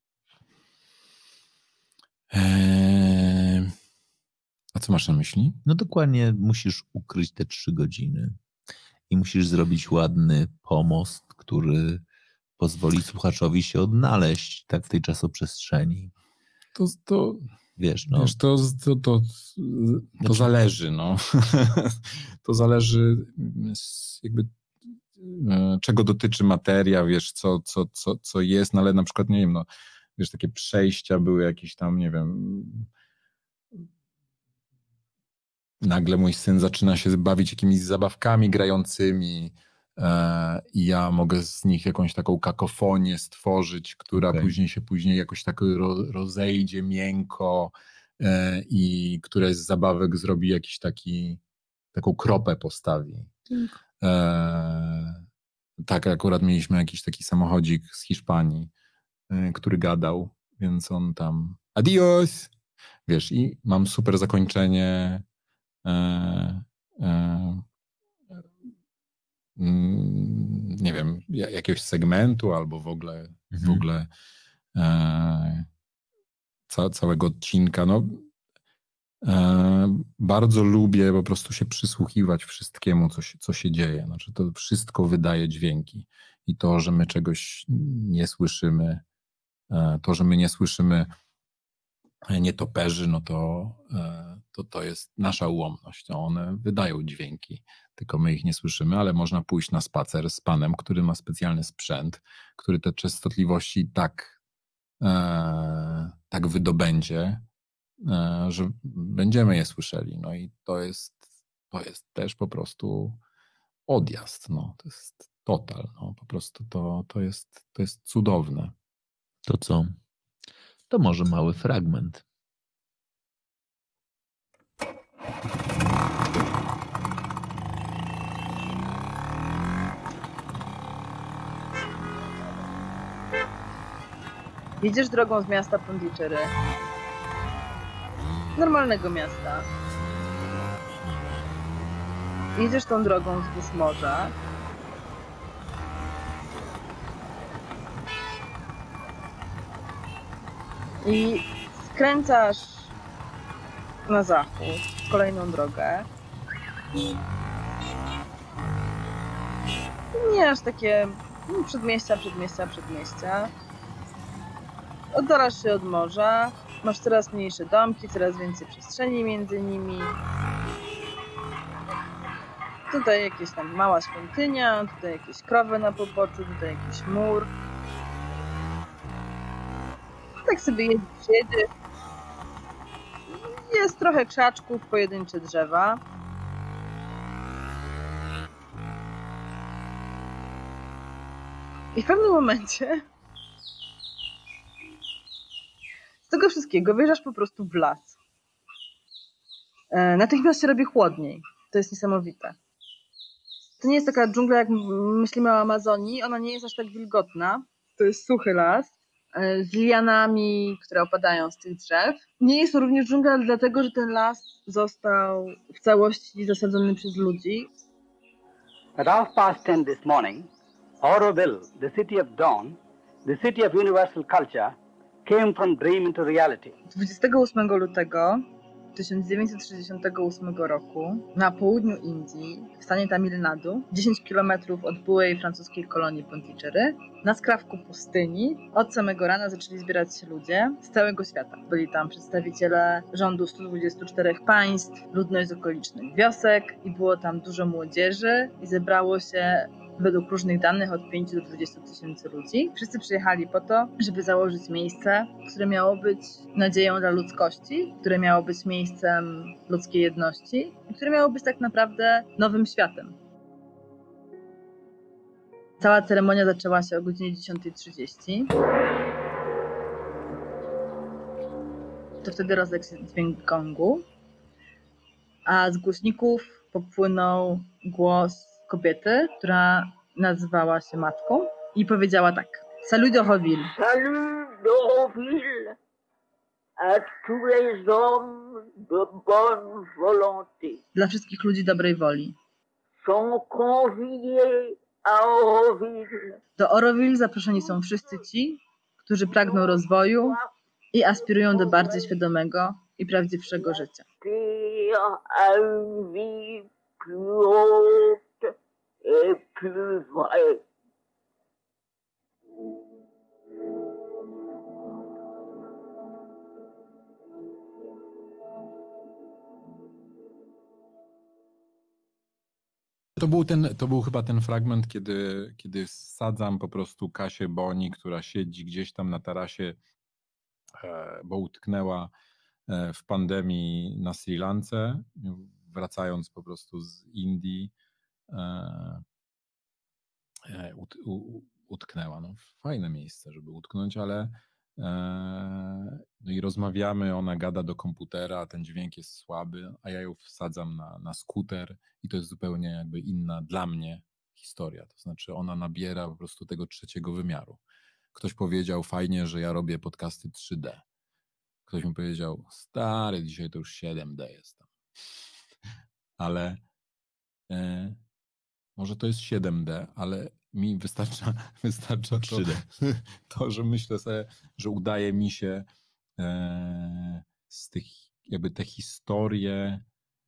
A co masz na myśli? No dokładnie, musisz ukryć te 3 godziny i musisz zrobić ładny pomost, który pozwoli słuchaczowi się odnaleźć tak w tej czasoprzestrzeni. To wiesz, no. Wiesz, to zależy, no. To zależy jakby czego dotyczy materia, wiesz, co jest, no ale na przykład, nie wiem, no, wiesz, takie przejścia były jakieś tam, nie wiem, nagle mój syn zaczyna się bawić jakimiś zabawkami grającymi i ja mogę z nich jakąś taką kakofonię stworzyć, która później jakoś tak rozejdzie miękko i któraś z zabawek zrobi jakiś taką kropę postawi. Tak, akurat mieliśmy jakiś taki samochodzik z Hiszpanii, który gadał, więc on tam adios, wiesz, i mam super zakończenie nie wiem, jakiegoś segmentu albo w ogóle całego odcinka. No, bardzo lubię po prostu się przysłuchiwać wszystkiemu, co się dzieje. Znaczy, to wszystko wydaje dźwięki i to, że my czegoś nie słyszymy, nietoperzy, no to jest nasza ułomność. One wydają dźwięki, tylko my ich nie słyszymy, ale można pójść na spacer z panem, który ma specjalny sprzęt, który te częstotliwości tak wydobędzie, że będziemy je słyszeli. No i to jest też po prostu odjazd. No. To jest total. No. Po prostu to jest cudowne. To co? To może mały fragment. Jedziesz drogą z miasta Pondicherry. Normalnego miasta. Jedziesz tą drogą wzdłuż morza. I skręcasz na zachód w kolejną drogę. Mijasz takie przedmieścia. Oddalasz się od morza. Masz coraz mniejsze domki, coraz więcej przestrzeni między nimi. Tutaj jakieś tam mała świątynia, tutaj jakieś krowy na poboczu, tutaj jakiś mur. Tak sobie jedziesz. Jest trochę krzaczków, pojedyncze drzewa. I w pewnym momencie z tego wszystkiego wjeżdżasz po prostu w las. Natychmiast się robi chłodniej. To jest niesamowite. To nie jest taka dżungla, jak myślimy o Amazonii. Ona nie jest aż tak wilgotna. To jest suchy las z lianami, które opadają z tych drzew. Nie jest to również dżungla, dlatego że ten las został w całości zasadzony przez ludzi. At 10:30 this morning, Auroville, the city of dawn, the city of universal culture, came from dream into reality. 28 lutego 1968 roku na południu Indii, w stanie Tamil Nadu, 10 km od byłej francuskiej kolonii Pondicherry, na skrawku pustyni, od samego rana zaczęli zbierać się ludzie z całego świata. Byli tam przedstawiciele rządu 124 państw, ludność z okolicznych wiosek i było tam dużo młodzieży i zebrało się według różnych danych od 5 do 20 tysięcy ludzi. Wszyscy przyjechali po to, żeby założyć miejsce, które miało być nadzieją dla ludzkości, które miało być miejscem ludzkiej jedności i które miało być tak naprawdę nowym światem. Cała ceremonia zaczęła się o godzinie 10:30. To wtedy rozległ się dźwięk gongu, a z głośników popłynął głos kobiety, która nazywała się matką i powiedziała tak: Salut d'Auroville. Salut d'Auroville à tous les hommes de bonne volonté. Dla wszystkich ludzi dobrej woli. Sont conviés à Auroville. Do Auroville zaproszeni są wszyscy ci, którzy pragną rozwoju i aspirują do bardziej świadomego i prawdziwszego życia. À une vie plus haute et plus vraie. To był chyba ten fragment, kiedy wsadzam po prostu Kasię Boni, która siedzi gdzieś tam na tarasie, bo utknęła w pandemii na Sri Lance, wracając po prostu z Indii, utknęła. No, fajne miejsce, żeby utknąć, ale no i rozmawiamy, ona gada do komputera, a ten dźwięk jest słaby, a ja ją wsadzam na skuter i to jest zupełnie jakby inna dla mnie historia. To znaczy ona nabiera po prostu tego trzeciego wymiaru. Ktoś powiedział fajnie, że ja robię podcasty 3D. Ktoś mi powiedział, stary, dzisiaj to już 7D jest tam. Ale może to jest 7D, ale mi wystarcza to, że myślę sobie, że udaje mi się z tych jakby te historie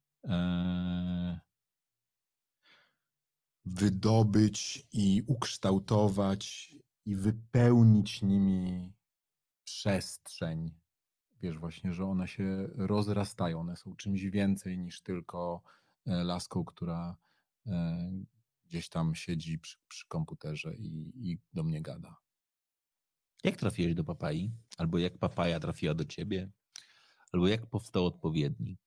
wydobyć i ukształtować i wypełnić nimi przestrzeń. Wiesz, właśnie, że one się rozrastają, one są czymś więcej niż tylko laską, która gdzieś tam siedzi przy komputerze i do mnie gada. Jak trafiłeś do Papai? Albo jak Papaja trafiła do ciebie? Albo jak powstał odpowiednik?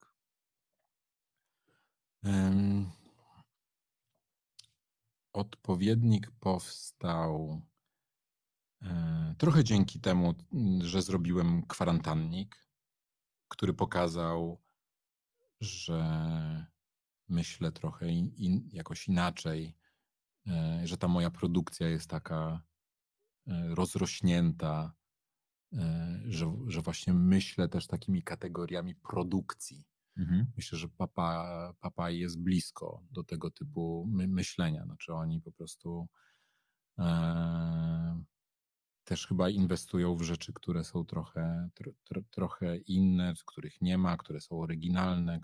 Odpowiednik powstał trochę dzięki temu, że zrobiłem kwarantannik, który pokazał, że myślę trochę jakoś inaczej, że ta moja produkcja jest taka rozrośnięta, że właśnie myślę też takimi kategoriami produkcji. Myślę, że Papai jest blisko do tego typu myślenia. Znaczy oni po prostu też chyba inwestują w rzeczy, które są trochę inne, których nie ma, które są oryginalne,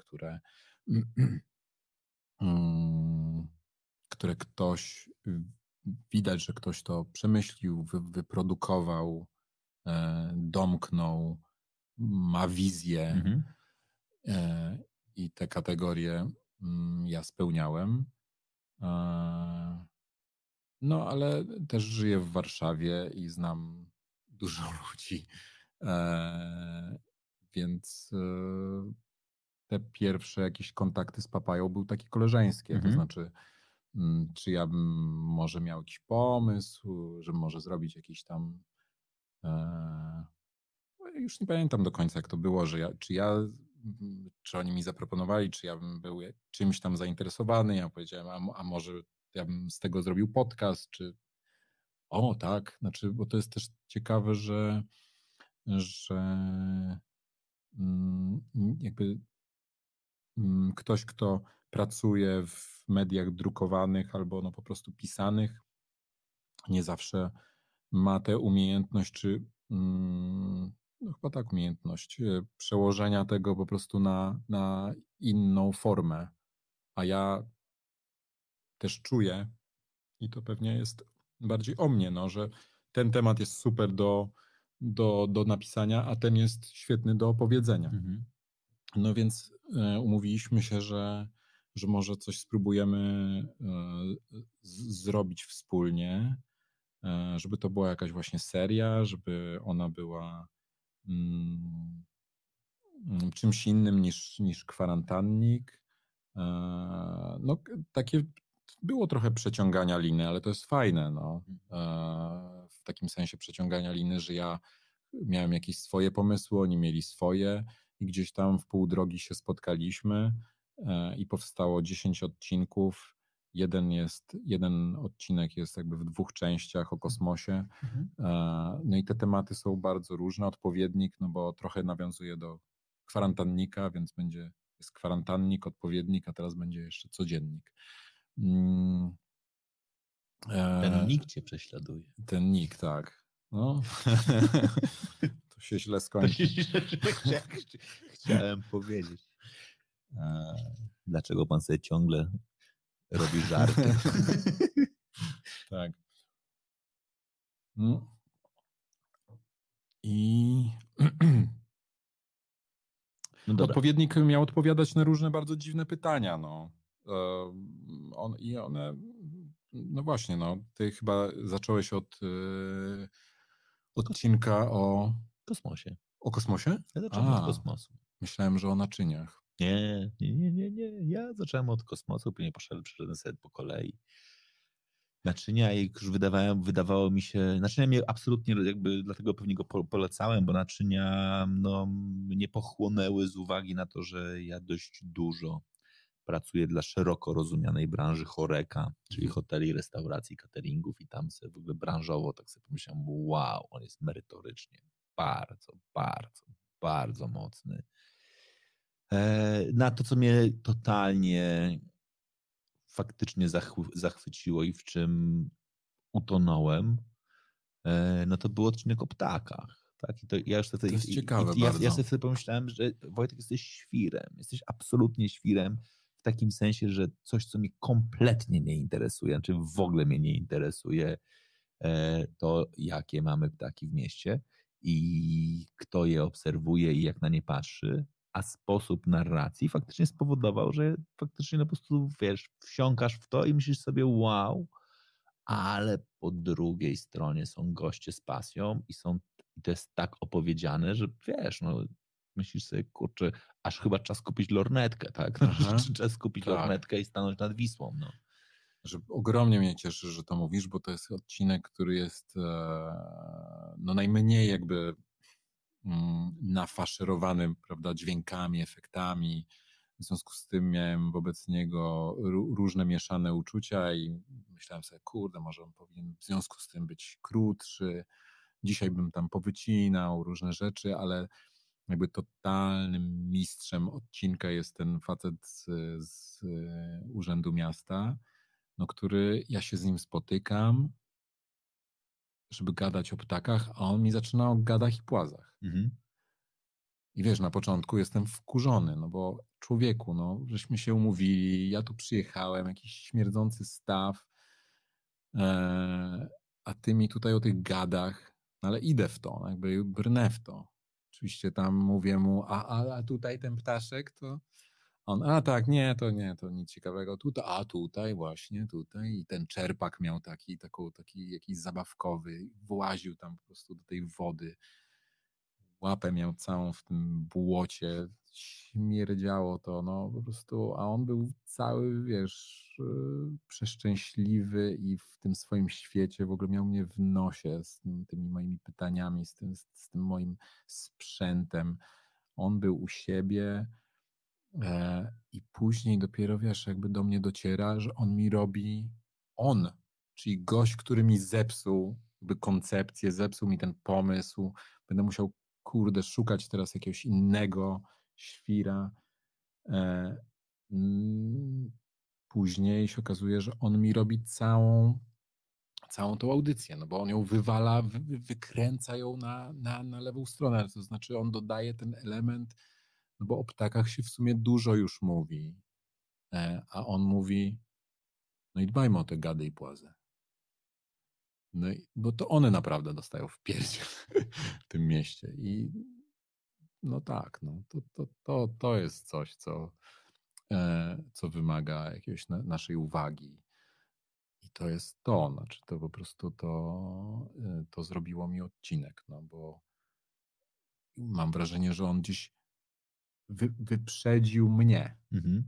które ktoś, widać, że ktoś to przemyślił, wyprodukował, domknął, ma wizję i te kategorie ja spełniałem. No, ale też żyję w Warszawie i znam dużo ludzi, więc te pierwsze jakieś kontakty z Papają były takie koleżeńskie, to znaczy czy ja bym może miał jakiś pomysł, że może zrobić jakiś tam, już nie pamiętam do końca jak to było, że czy oni mi zaproponowali, czy ja bym był czymś tam zainteresowany, ja powiedziałem, a może ja bym z tego zrobił podcast, czy tak, znaczy, bo to jest też ciekawe, że jakby ktoś, kto pracuje w mediach drukowanych albo no po prostu pisanych, nie zawsze ma tę umiejętność czy no chyba tak, umiejętność przełożenia tego po prostu na inną formę. A ja też czuję, i to pewnie jest bardziej o mnie, no, że ten temat jest super do napisania, a ten jest świetny do opowiedzenia. Mhm. No więc umówiliśmy się, że może coś spróbujemy zrobić wspólnie, żeby to była jakaś właśnie seria, żeby ona była czymś innym niż kwarantannik. No takie było trochę przeciągania liny, ale to jest fajne, no. W takim sensie przeciągania liny, że ja miałem jakieś swoje pomysły, oni mieli swoje i gdzieś tam w pół drogi się spotkaliśmy i powstało 10 odcinków. Jeden odcinek jest jakby w 2 częściach o kosmosie. No i te tematy są bardzo różne. Odpowiednik, no bo trochę nawiązuje do kwarantannika, więc jest kwarantannik, odpowiednik, a teraz będzie jeszcze codziennik. Ten nick cię prześladuje. Ten nick, tak. No. To się źle skończy. Chciałem powiedzieć. Dlaczego pan sobie ciągle robi żarty? Tak. I No dobra. odpowiednik miał odpowiadać na różne bardzo dziwne pytania. No. No właśnie, no. Ty chyba zacząłeś od odcinka o kosmosie. O kosmosie? Ja zacząłem od kosmosu. Myślałem, że o naczyniach. Nie. Ja zacząłem od kosmosu, później przeszedłem sobie po kolei. Naczynia już wydawało mi się, naczynia mnie absolutnie jakby, dlatego pewnie go polecałem, bo naczynia mnie pochłonęły z uwagi na to, że ja dość dużo pracuję dla szeroko rozumianej branży HoReCa, czyli hoteli, restauracji, cateringów i tam sobie w ogóle branżowo tak sobie pomyślałem, wow, on jest merytorycznie bardzo mocny. Na to, co mnie totalnie faktycznie zachwyciło i w czym utonąłem, no to był odcinek o ptakach. Tak? I to jest ciekawe bardzo. Ja sobie wtedy pomyślałem, że Wojtek, jesteś świrem. Jesteś absolutnie świrem w takim sensie, że coś, co mnie kompletnie nie interesuje, znaczy w ogóle mnie nie interesuje, to jakie mamy ptaki w mieście i kto je obserwuje i jak na nie patrzy, a sposób narracji faktycznie spowodował, że faktycznie po prostu, wiesz, wsiąkasz w to i myślisz sobie wow, ale po drugiej stronie są goście z pasją i to jest tak opowiedziane, że wiesz, myślisz sobie, kurczę, aż chyba czas kupić lornetkę, tak? Czas kupić lornetkę i stanąć nad Wisłą, Że ogromnie mnie cieszy, że to mówisz, bo to jest odcinek, który jest najmniej jakby nafaszerowany, prawda, dźwiękami, efektami. W związku z tym miałem wobec niego różne mieszane uczucia i myślałem sobie, kurde, może on powinien w związku z tym być krótszy. Dzisiaj bym tam powycinał różne rzeczy, ale jakby totalnym mistrzem odcinka jest ten facet z Urzędu Miasta, który ja się z nim spotykam, żeby gadać o ptakach, a on mi zaczyna o gadach i płazach. I wiesz, na początku jestem wkurzony, bo człowieku, żeśmy się umówili, ja tu przyjechałem, jakiś śmierdzący staw, a ty mi tutaj o tych gadach, ale idę w to, jakby brnę w to. Oczywiście tam mówię mu, a tutaj ten ptaszek to... On, tak, to nic ciekawego. Tutaj właśnie, i ten czerpak miał taki jakiś zabawkowy, właził tam po prostu do tej wody, łapę miał całą w tym błocie, śmierdziało to, po prostu, a on był cały, wiesz, przeszczęśliwy i w tym swoim świecie w ogóle miał mnie w nosie z tymi moimi pytaniami, z tym moim sprzętem. On był u siebie, i później dopiero, wiesz, jakby do mnie dociera, że on, czyli gość, który mi zepsuł jakby koncepcję, zepsuł mi ten pomysł, będę musiał, kurde, szukać teraz jakiegoś innego świra. Później się okazuje, że on mi robi całą tą audycję, no bo on ją wywala, wykręca ją na lewą stronę, to znaczy on dodaje ten element, no bo o ptakach się w sumie dużo już mówi, a on mówi, no i dbajmy o te gady i płazy. No i, bo to one naprawdę dostają w pierdziel w tym mieście i no tak, no to jest coś, co wymaga jakiejś naszej uwagi. I to jest to, znaczy to po prostu to zrobiło mi odcinek, no bo mam wrażenie, że on gdzieś wyprzedził mnie. Mhm.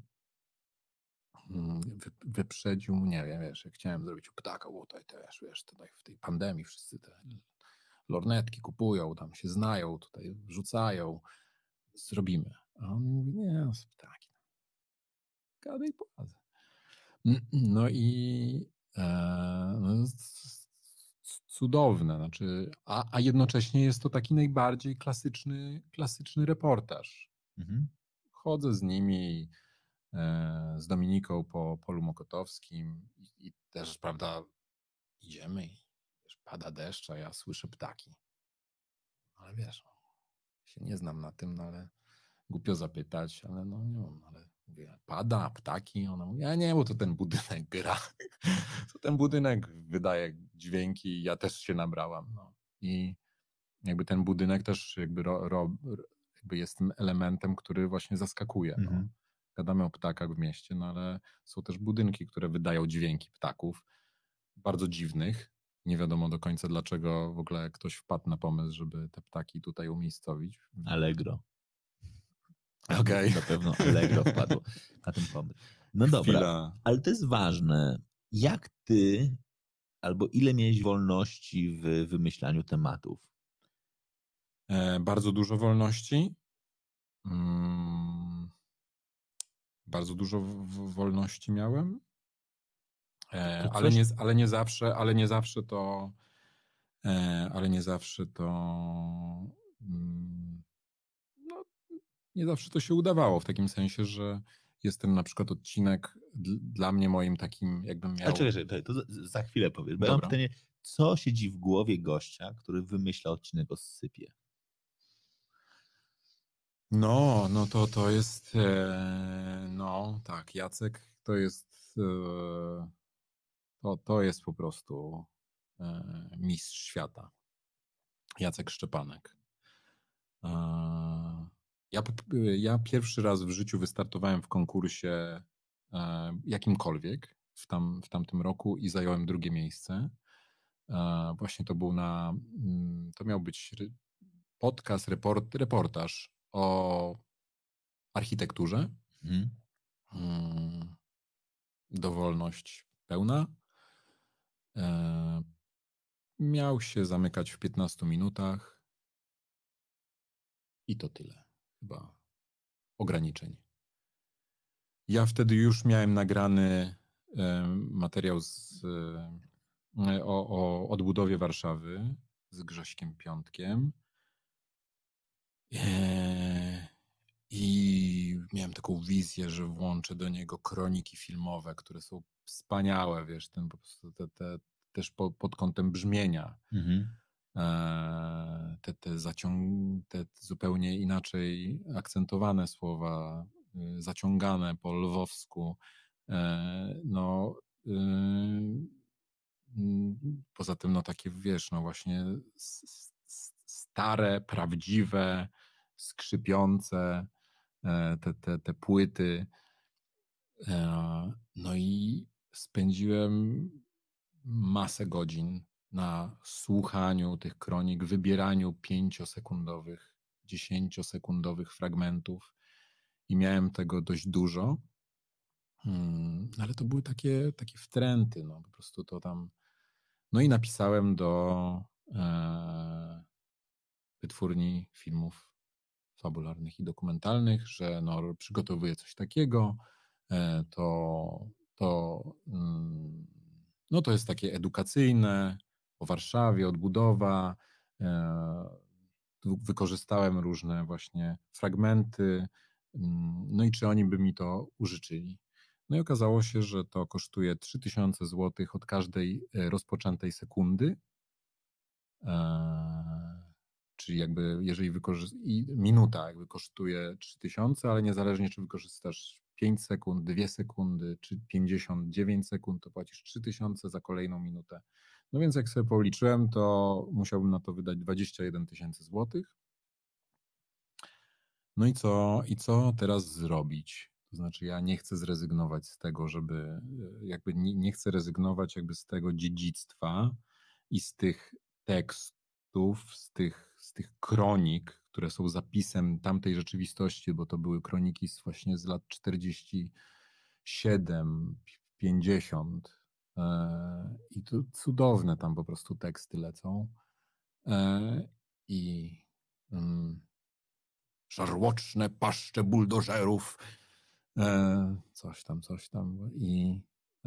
Wyprzedził mnie, wiesz, jak chciałem zrobić u ptaka, bo tutaj też, wiesz, tutaj w tej pandemii wszyscy te lornetki kupują, tam się znają, tutaj wrzucają, zrobimy. A on mówi, nie, z ptaki. Gadaj płazę. No i no, cudowne, znaczy, a jednocześnie jest to taki najbardziej klasyczny reportaż. Mhm. Chodzę z nimi, z Dominiką po polu mokotowskim i też, prawda, idziemy i wiesz, pada deszcz, a ja słyszę ptaki. Ale wiesz, się nie znam na tym, no ale głupio zapytać, ale no nie wiem, ale mówię, pada, ptaki, ona mówi, a nie, bo to ten budynek gra. To ten budynek wydaje dźwięki, ja też się nabrałam. No. I jakby ten budynek też jakby, jakby jest tym elementem, który właśnie zaskakuje. Mhm. No. Gadamy o ptakach w mieście, no ale są też budynki, które wydają dźwięki ptaków, bardzo dziwnych. Nie wiadomo do końca, dlaczego w ogóle ktoś wpadł na pomysł, żeby te ptaki tutaj umiejscowić. Allegro. Okej. Na pewno Allegro wpadło na ten pomysł. No dobra, ale to jest ważne. Jak ty, albo ile miałeś wolności w wymyślaniu tematów? Bardzo dużo wolności. Bardzo dużo wolności miałem. Ale nie zawsze to no, nie zawsze to się udawało, w takim sensie, że jest ten na przykład odcinek dla mnie moim takim, jakbym miał... Ale czekaj, to za chwilę powiesz, bo ja mam Dobra. pytanie, co siedzi w głowie gościa, który wymyśla odcinek o sypie? No to jest, no tak, Jacek to jest, to jest po prostu mistrz świata. Jacek Szczepanek. Ja pierwszy raz w życiu wystartowałem w konkursie jakimkolwiek w tamtym roku i zająłem drugie miejsce. Właśnie to był to miał być podcast, reportaż o architekturze. Dowolność pełna. Miał się zamykać w 15 minutach i to tyle. Chyba ograniczeń. Ja wtedy już miałem nagrany materiał o odbudowie Warszawy z Grześkiem Piątkiem. I miałem taką wizję, że włączę do niego kroniki filmowe, które są wspaniałe, wiesz, ten po prostu też pod kątem brzmienia. Mhm. Te zupełnie inaczej akcentowane słowa, zaciągane po lwowsku. Poza tym, no takie, wiesz, no właśnie stare, prawdziwe, skrzypiące te płyty. No i spędziłem masę godzin na słuchaniu tych kronik, wybieraniu 5-sekundowych, 10-sekundowych fragmentów i miałem tego dość dużo. Ale to były takie wtręty, no po prostu to tam. No i napisałem do wytwórni filmów fabularnych i dokumentalnych, że no, przygotowuję coś takiego, to jest takie edukacyjne, o Warszawie, odbudowa. Wykorzystałem różne właśnie fragmenty, no i czy oni by mi to użyczyli. No i okazało się, że to kosztuje 3000 zł od każdej rozpoczętej sekundy. Czyli jakby jeżeli minuta jakby kosztuje 3000, ale niezależnie czy wykorzystasz 5 sekund, 2 sekundy czy 59 sekund, to płacisz 3000 za kolejną minutę. No więc jak sobie policzyłem, to musiałbym na to wydać 21 000 złotych. No i co teraz zrobić? To znaczy ja nie chcę zrezygnować z tego, żeby jakby nie chcę rezygnować jakby z tego dziedzictwa i z tych tekstów, z tych kronik, które są zapisem tamtej rzeczywistości, bo to były kroniki właśnie z lat 47, 50 i to cudowne tam po prostu teksty lecą i żarłoczne paszcze buldożerów, coś tam i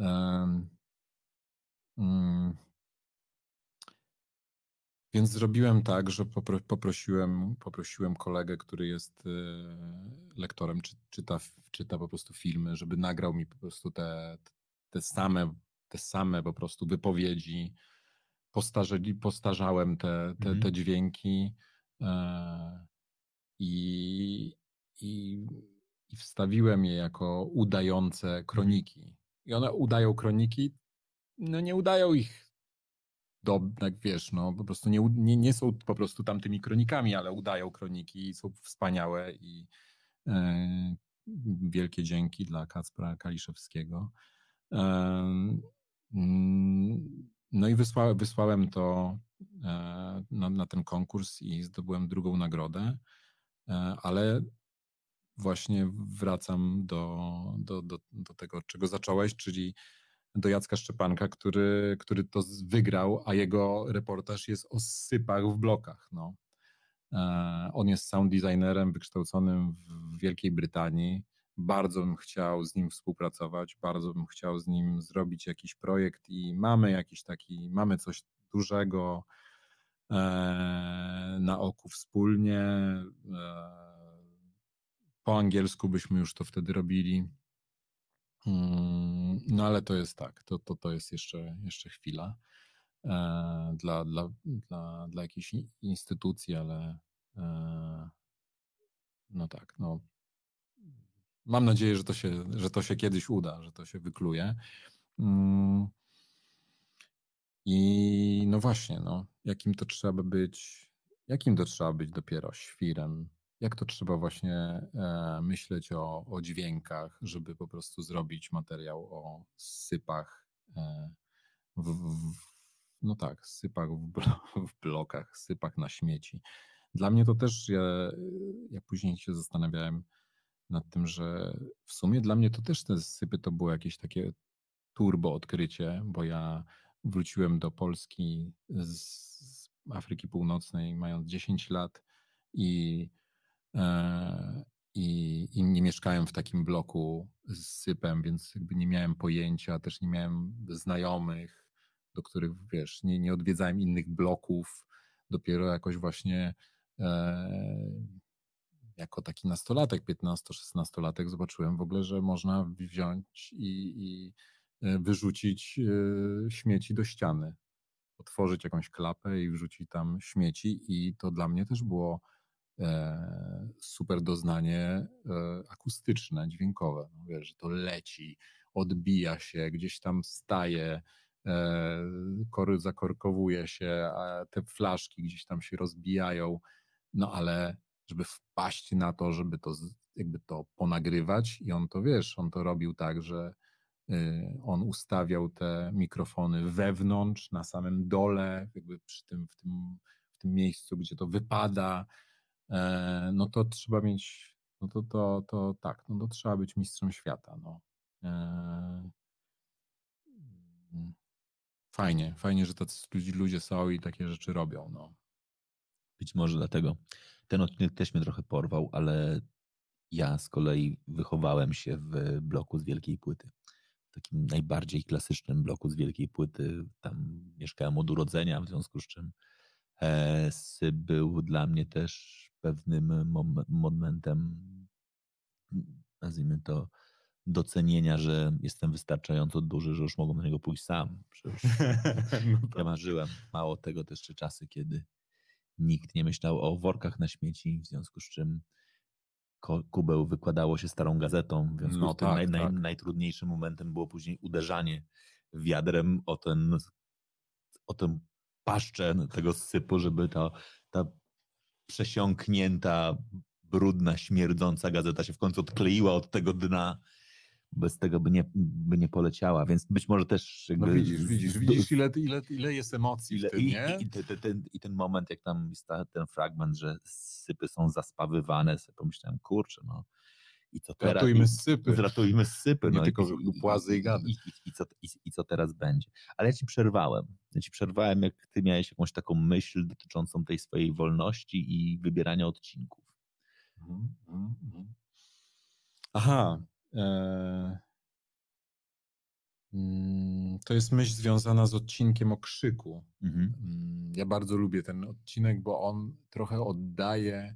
więc zrobiłem tak, że poprosiłem kolegę, który jest lektorem, czyta po prostu filmy, żeby nagrał mi po prostu te same po prostu wypowiedzi. Postarzałem te dźwięki i wstawiłem je jako udające kroniki. I one udają kroniki, no nie udają ich tak wiesz, no po prostu nie są po prostu tamtymi kronikami, ale udają kroniki i są wspaniałe i wielkie dzięki dla Kacpra Kaliszewskiego. No i wysłałem to na ten konkurs i zdobyłem drugą nagrodę, ale właśnie wracam do tego, od czego zacząłeś, czyli do Jacka Szczepanka, który to wygrał, a jego reportaż jest o sypach w blokach. No. On jest sound designerem wykształconym w Wielkiej Brytanii. Bardzo bym chciał z nim współpracować, bardzo bym chciał z nim zrobić jakiś projekt i mamy coś dużego na oku wspólnie. Po angielsku byśmy już to wtedy robili. No ale to jest tak, to jest jeszcze chwila dla jakiejś instytucji, ale no tak, no mam nadzieję, że to się kiedyś uda, że to się wykluje. I no właśnie, no, jakim to trzeba być dopiero świrem, jak to trzeba właśnie myśleć o dźwiękach, żeby po prostu zrobić materiał o sypach no tak, sypach w blokach, sypach na śmieci. Dla mnie to też, ja później się zastanawiałem nad tym, że w sumie dla mnie to też te sypy to było jakieś takie turbo odkrycie, bo ja wróciłem do Polski z Afryki Północnej mając 10 lat i nie mieszkałem w takim bloku z sypem, więc jakby nie miałem pojęcia, też nie miałem znajomych, do których, wiesz, nie odwiedzałem innych bloków. Dopiero jakoś właśnie jako taki nastolatek, 15-16-latek zobaczyłem w ogóle, że można wziąć i wyrzucić śmieci do ściany, otworzyć jakąś klapę i wrzucić tam śmieci i to dla mnie też było super doznanie akustyczne, dźwiękowe. No wiesz, że to leci, odbija się, gdzieś tam staje, zakorkowuje się, a te flaszki gdzieś tam się rozbijają, no ale żeby wpaść na to, żeby to jakby to ponagrywać i on to, wiesz, on to robił tak, że on ustawiał te mikrofony wewnątrz, na samym dole, jakby w tym miejscu, gdzie to wypada, no to trzeba mieć, no to tak, no to trzeba być mistrzem świata, no. Fajnie, że tacy ludzie są i takie rzeczy robią, no. Być może dlatego ten odcinek też mnie trochę porwał, ale ja z kolei wychowałem się w bloku z Wielkiej Płyty. W takim najbardziej klasycznym bloku z Wielkiej Płyty. Tam mieszkałem od urodzenia, w związku z czym syp był dla mnie też pewnym momentem, nazwijmy to, docenienia, że jestem wystarczająco duży, że już mogłem na niego pójść sam. Przecież ja marzyłem. Mało tego, to jeszcze czasy, kiedy nikt nie myślał o workach na śmieci, w związku z czym kubeł wykładało się starą gazetą, w związku z tym najtrudniejszym momentem było później uderzanie wiadrem o tę paszczę tego sypu, żeby ta przesiąknięta, brudna, śmierdząca gazeta się w końcu odkleiła od tego dna. Bez tego by nie poleciała, więc być może też... No widzisz ile jest emocji w tym, nie? I ten moment, jak tam jest ten fragment, że sypy są zaspawywane, sobie pomyślałem, kurczę, no i co teraz? Zratujmy sypy. Nie no, tylko płazy i gady. I co teraz będzie? Ale ja ci przerwałem, jak ty miałeś jakąś taką myśl dotyczącą tej swojej wolności i wybierania odcinków. Aha. To jest myśl związana z odcinkiem o krzyku. Ja bardzo lubię ten odcinek, bo on trochę oddaje.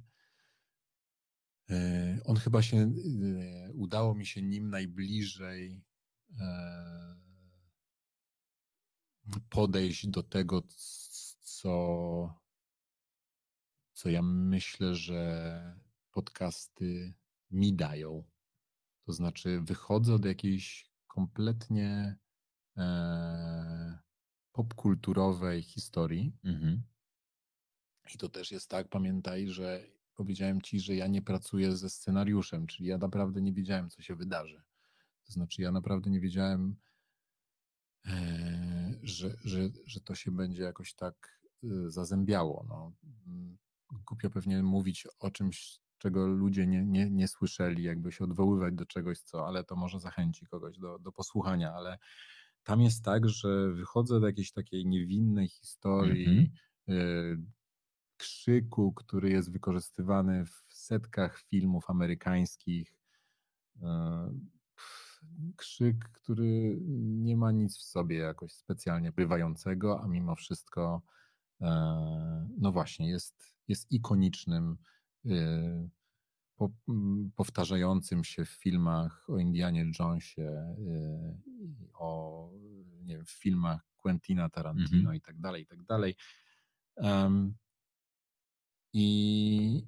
On chyba udało mi się nim najbliżej podejść do tego, co ja myślę, że podcasty mi dają. To znaczy wychodzę od jakiejś kompletnie popkulturowej historii. I to też jest tak, pamiętaj, że powiedziałem ci, że ja nie pracuję ze scenariuszem, czyli ja naprawdę nie wiedziałem, co się wydarzy. To znaczy ja naprawdę nie wiedziałem, że to się będzie jakoś tak zazębiało. No. Głupio pewnie mówić o czymś, czego ludzie nie słyszeli, jakby się odwoływać do czegoś, ale to może zachęci kogoś do posłuchania, ale tam jest tak, że wychodzę do jakiejś takiej niewinnej historii, krzyku, który jest wykorzystywany w setkach filmów amerykańskich. Krzyk, który nie ma nic w sobie jakoś specjalnie porywającego, a mimo wszystko no właśnie jest ikonicznym, powtarzającym się w filmach o Indianie Jonesie, nie wiem, w filmach Quentina Tarantino i tak dalej, i tak dalej. I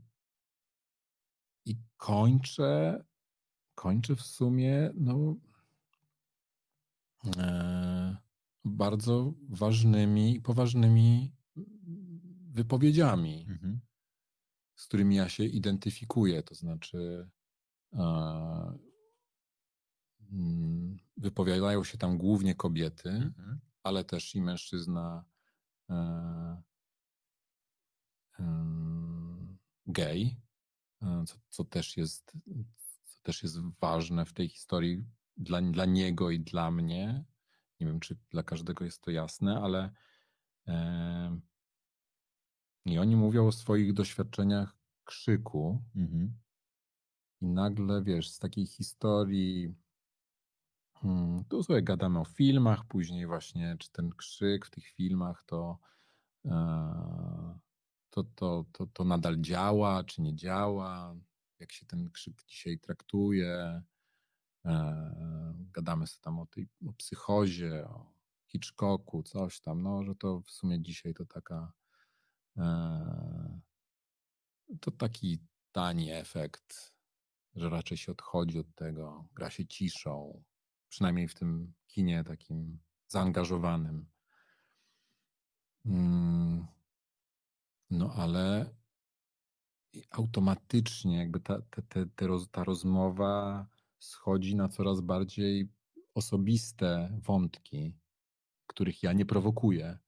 kończę w sumie bardzo ważnymi i poważnymi wypowiedziami, z którymi ja się identyfikuję. To znaczy wypowiadają się tam głównie kobiety, ale też i mężczyzna gej, co też jest ważne w tej historii dla niego i dla mnie. Nie wiem, czy dla każdego jest to jasne, ale i oni mówią o swoich doświadczeniach krzyku i nagle, wiesz, z takiej historii tu sobie gadamy o filmach, później właśnie, czy ten krzyk w tych filmach to nadal działa, czy nie działa, jak się ten krzyk dzisiaj traktuje. Gadamy sobie tam o psychozie, o Hitchcocku, coś tam, że to w sumie dzisiaj to taki tani efekt, że raczej się odchodzi od tego, gra się ciszą, przynajmniej w tym kinie takim zaangażowanym. No ale automatycznie jakby ta rozmowa schodzi na coraz bardziej osobiste wątki, których ja nie prowokuję.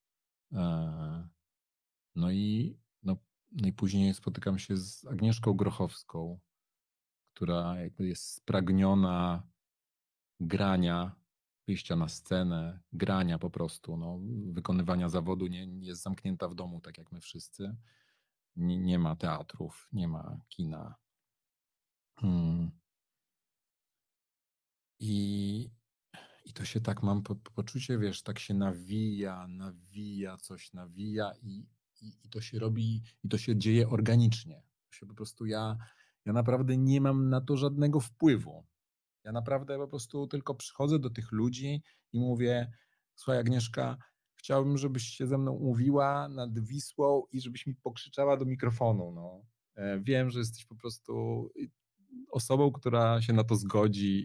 No i później spotykam się z Agnieszką Grochowską, która jakby jest spragniona grania, wyjścia na scenę, grania po prostu, wykonywania zawodu, nie jest zamknięta w domu, tak jak my wszyscy. Nie ma teatrów, nie ma kina. I to się tak, mam poczucie, wiesz, tak się nawija, coś nawija i to się robi, i to się dzieje organicznie. To się po prostu ja naprawdę nie mam na to żadnego wpływu. Ja naprawdę po prostu tylko przychodzę do tych ludzi i mówię: słuchaj, Agnieszka, chciałbym, żebyś się ze mną umówiła nad Wisłą i żebyś mi pokrzyczała do mikrofonu. No. Wiem, że jesteś po prostu osobą, która się na to zgodzi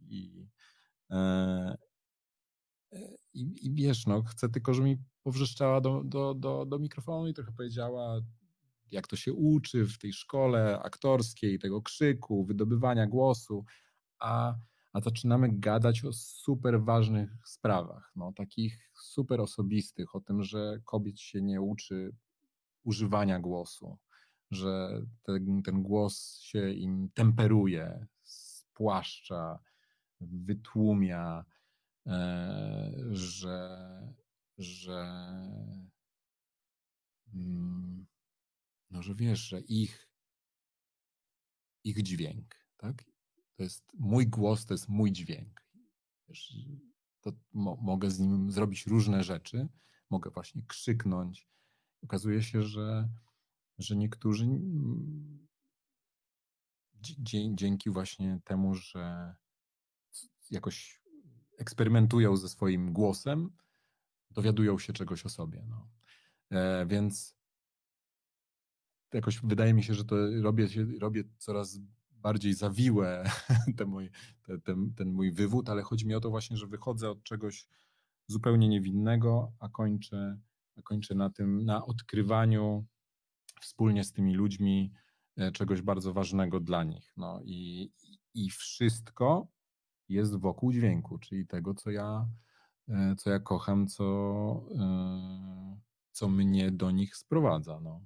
i wiesz, no, chcę tylko, żeby mi powrzeszczała do mikrofonu i trochę powiedziała, jak to się uczy w tej szkole aktorskiej, tego krzyku, wydobywania głosu, a zaczynamy gadać o super ważnych sprawach, no, takich super osobistych, o tym, że kobiet się nie uczy używania głosu, że ten głos się im temperuje, spłaszcza, wytłumia, że no, że wiesz, że ich dźwięk, tak? To jest mój głos, to jest mój dźwięk. Wiesz, to mogę z nim zrobić różne rzeczy, mogę właśnie krzyknąć. Okazuje się, że niektórzy dzięki właśnie temu, że jakoś eksperymentują ze swoim głosem, dowiadują się czegoś o sobie. No. Więc jakoś wydaje mi się, że to robię coraz bardziej zawiłe ten mój wywód, ale chodzi mi o to właśnie, że wychodzę od czegoś zupełnie niewinnego, a kończę na odkrywaniu wspólnie z tymi ludźmi czegoś bardzo ważnego dla nich. No i wszystko jest wokół dźwięku, czyli tego, co ja kocham, co mnie do nich sprowadza. No.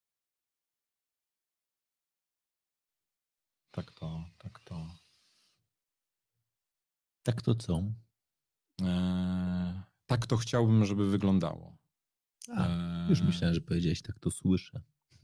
Tak to. Tak to co? Tak to chciałbym, żeby wyglądało. Już myślałem, że powiedziałeś, tak to słyszę.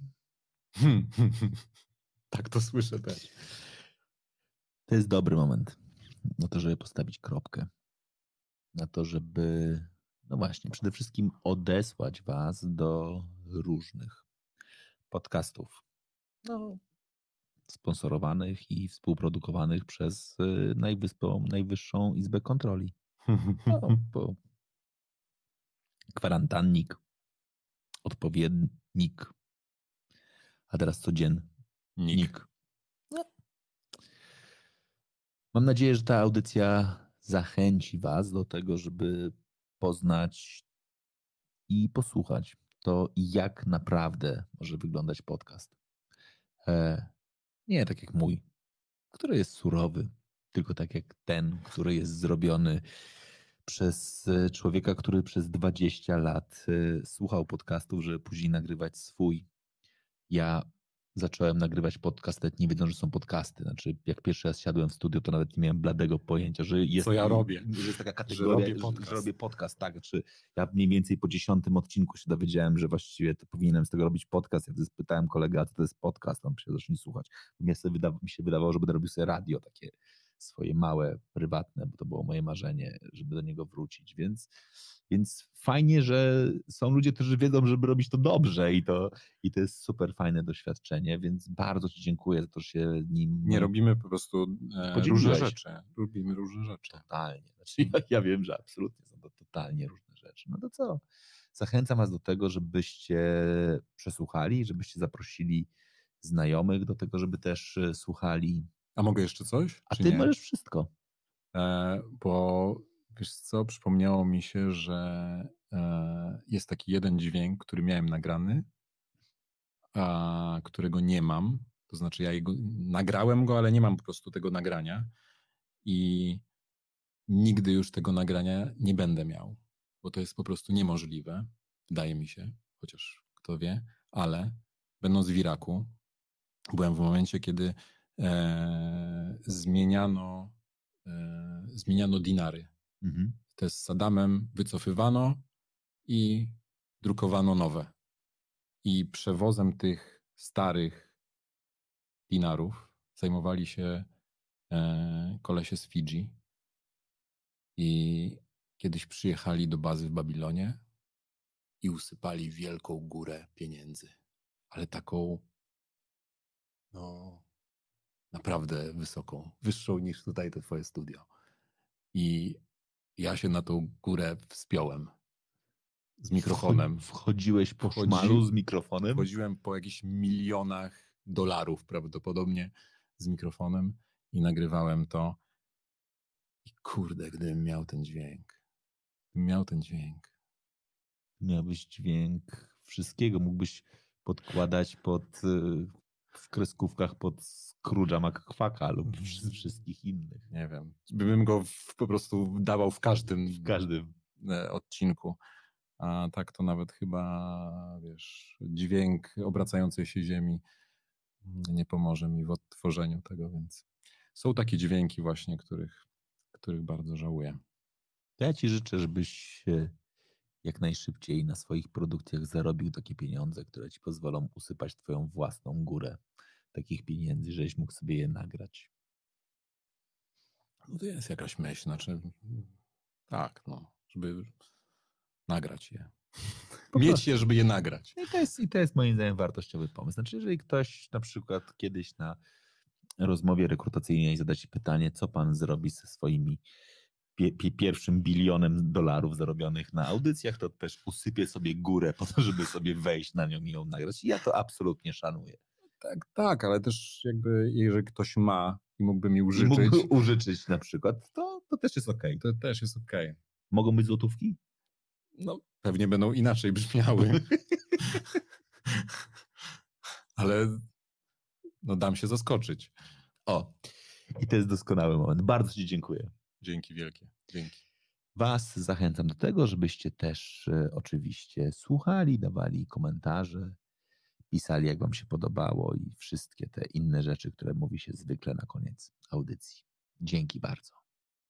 Tak to słyszę też. To jest dobry moment na to, żeby postawić kropkę. Na to, żeby, no właśnie, przede wszystkim odesłać was do różnych podcastów. No, sponsorowanych i współprodukowanych przez Najwyższą Izbę Kontroli. No, bo kwarantannik, odpowiednik, a teraz codziennik. No. Mam nadzieję, że ta audycja zachęci was do tego, żeby poznać i posłuchać to, jak naprawdę może wyglądać podcast. Nie tak jak mój, który jest surowy, tylko tak jak ten, który jest zrobiony przez człowieka, który przez 20 lat słuchał podcastów, żeby później nagrywać swój. Ja zacząłem nagrywać podcast, nie wiedząc, że są podcasty. Znaczy, jak pierwszy raz siadłem w studio, to nawet nie miałem bladego pojęcia, że jest, co ja robię, że jest taka kategoria, że robię podcast. Tak, znaczy, ja mniej więcej po 10 odcinku się dowiedziałem, że właściwie to powinienem z tego robić podcast. Ja spytałem kolegę, a co to jest podcast? On się zacznie słuchać. Mi się wydawało, że będę robił sobie radio takie swoje małe, prywatne, bo to było moje marzenie, żeby do niego wrócić. Więc fajnie, że są ludzie, którzy wiedzą, żeby robić to dobrze i to jest super fajne doświadczenie, więc bardzo ci dziękuję za to, że się nim... Nie robimy po prostu różne rzeczy. Robimy różne rzeczy. Totalnie. Znaczy, ja wiem, że absolutnie są to totalnie różne rzeczy. No to co? Zachęcam was do tego, żebyście przesłuchali, żebyście zaprosili znajomych do tego, żeby też słuchali. A mogę jeszcze coś? A ty nie? Możesz wszystko. Bo wiesz co, przypomniało mi się, że jest taki jeden dźwięk, który miałem nagrany, a którego nie mam. To znaczy nagrałem go, ale nie mam po prostu tego nagrania i nigdy już tego nagrania nie będę miał, bo to jest po prostu niemożliwe, wydaje mi się, chociaż kto wie, ale będąc w Iraku, byłem w momencie, kiedy zmieniano dinary. Mhm. Te z Saddamem wycofywano i drukowano nowe. I przewozem tych starych dinarów zajmowali się kolesie z Fidżi. I kiedyś przyjechali do bazy w Babilonie i usypali wielką górę pieniędzy. Ale taką, no, naprawdę wysoką, wyższą niż tutaj to twoje studio. I ja się na tą górę wspiąłem z mikrofonem. Wchodziłeś po szmalu z mikrofonem? Wchodziłem po jakichś milionach dolarów prawdopodobnie z mikrofonem i nagrywałem to. I kurde, gdybym miał ten dźwięk. Miałbyś dźwięk wszystkiego. Mógłbyś podkładać w kreskówkach pod Scrooge'a McQuacka lub wszystkich innych. Nie wiem. Bym go po prostu dawał w każdym odcinku. A tak to nawet chyba, wiesz, dźwięk obracającej się ziemi nie pomoże mi w odtworzeniu tego, więc są takie dźwięki właśnie, których bardzo żałuję. To ja ci życzę, żebyś jak najszybciej na swoich produkcjach zarobił takie pieniądze, które ci pozwolą usypać twoją własną górę takich pieniędzy, żebyś mógł sobie je nagrać. No to jest jakaś myśl, tak, żeby nagrać je. Mieć je, żeby je nagrać. I to jest moim zdaniem wartościowy pomysł. Znaczy, jeżeli ktoś na przykład kiedyś na rozmowie rekrutacyjnej zada ci pytanie, co pan zrobi ze swoimi pierwszym $1 bilionem zarobionych na audycjach, to też usypię sobie górę po to, żeby sobie wejść na nią i ją nagrać. I ja to absolutnie szanuję. Tak, ale też jakby jeżeli ktoś ma i mógłby mi użyczyć. Mógłby użyczyć na przykład, to też jest okej. To też jest okej. Mogą być złotówki? No, pewnie będą inaczej brzmiały. Ale dam się zaskoczyć. O, i to jest doskonały moment. Bardzo ci dziękuję. Dzięki wielkie. Dzięki. Was zachęcam do tego, żebyście też oczywiście słuchali, dawali komentarze, pisali jak wam się podobało i wszystkie te inne rzeczy, które mówi się zwykle na koniec audycji. Dzięki bardzo.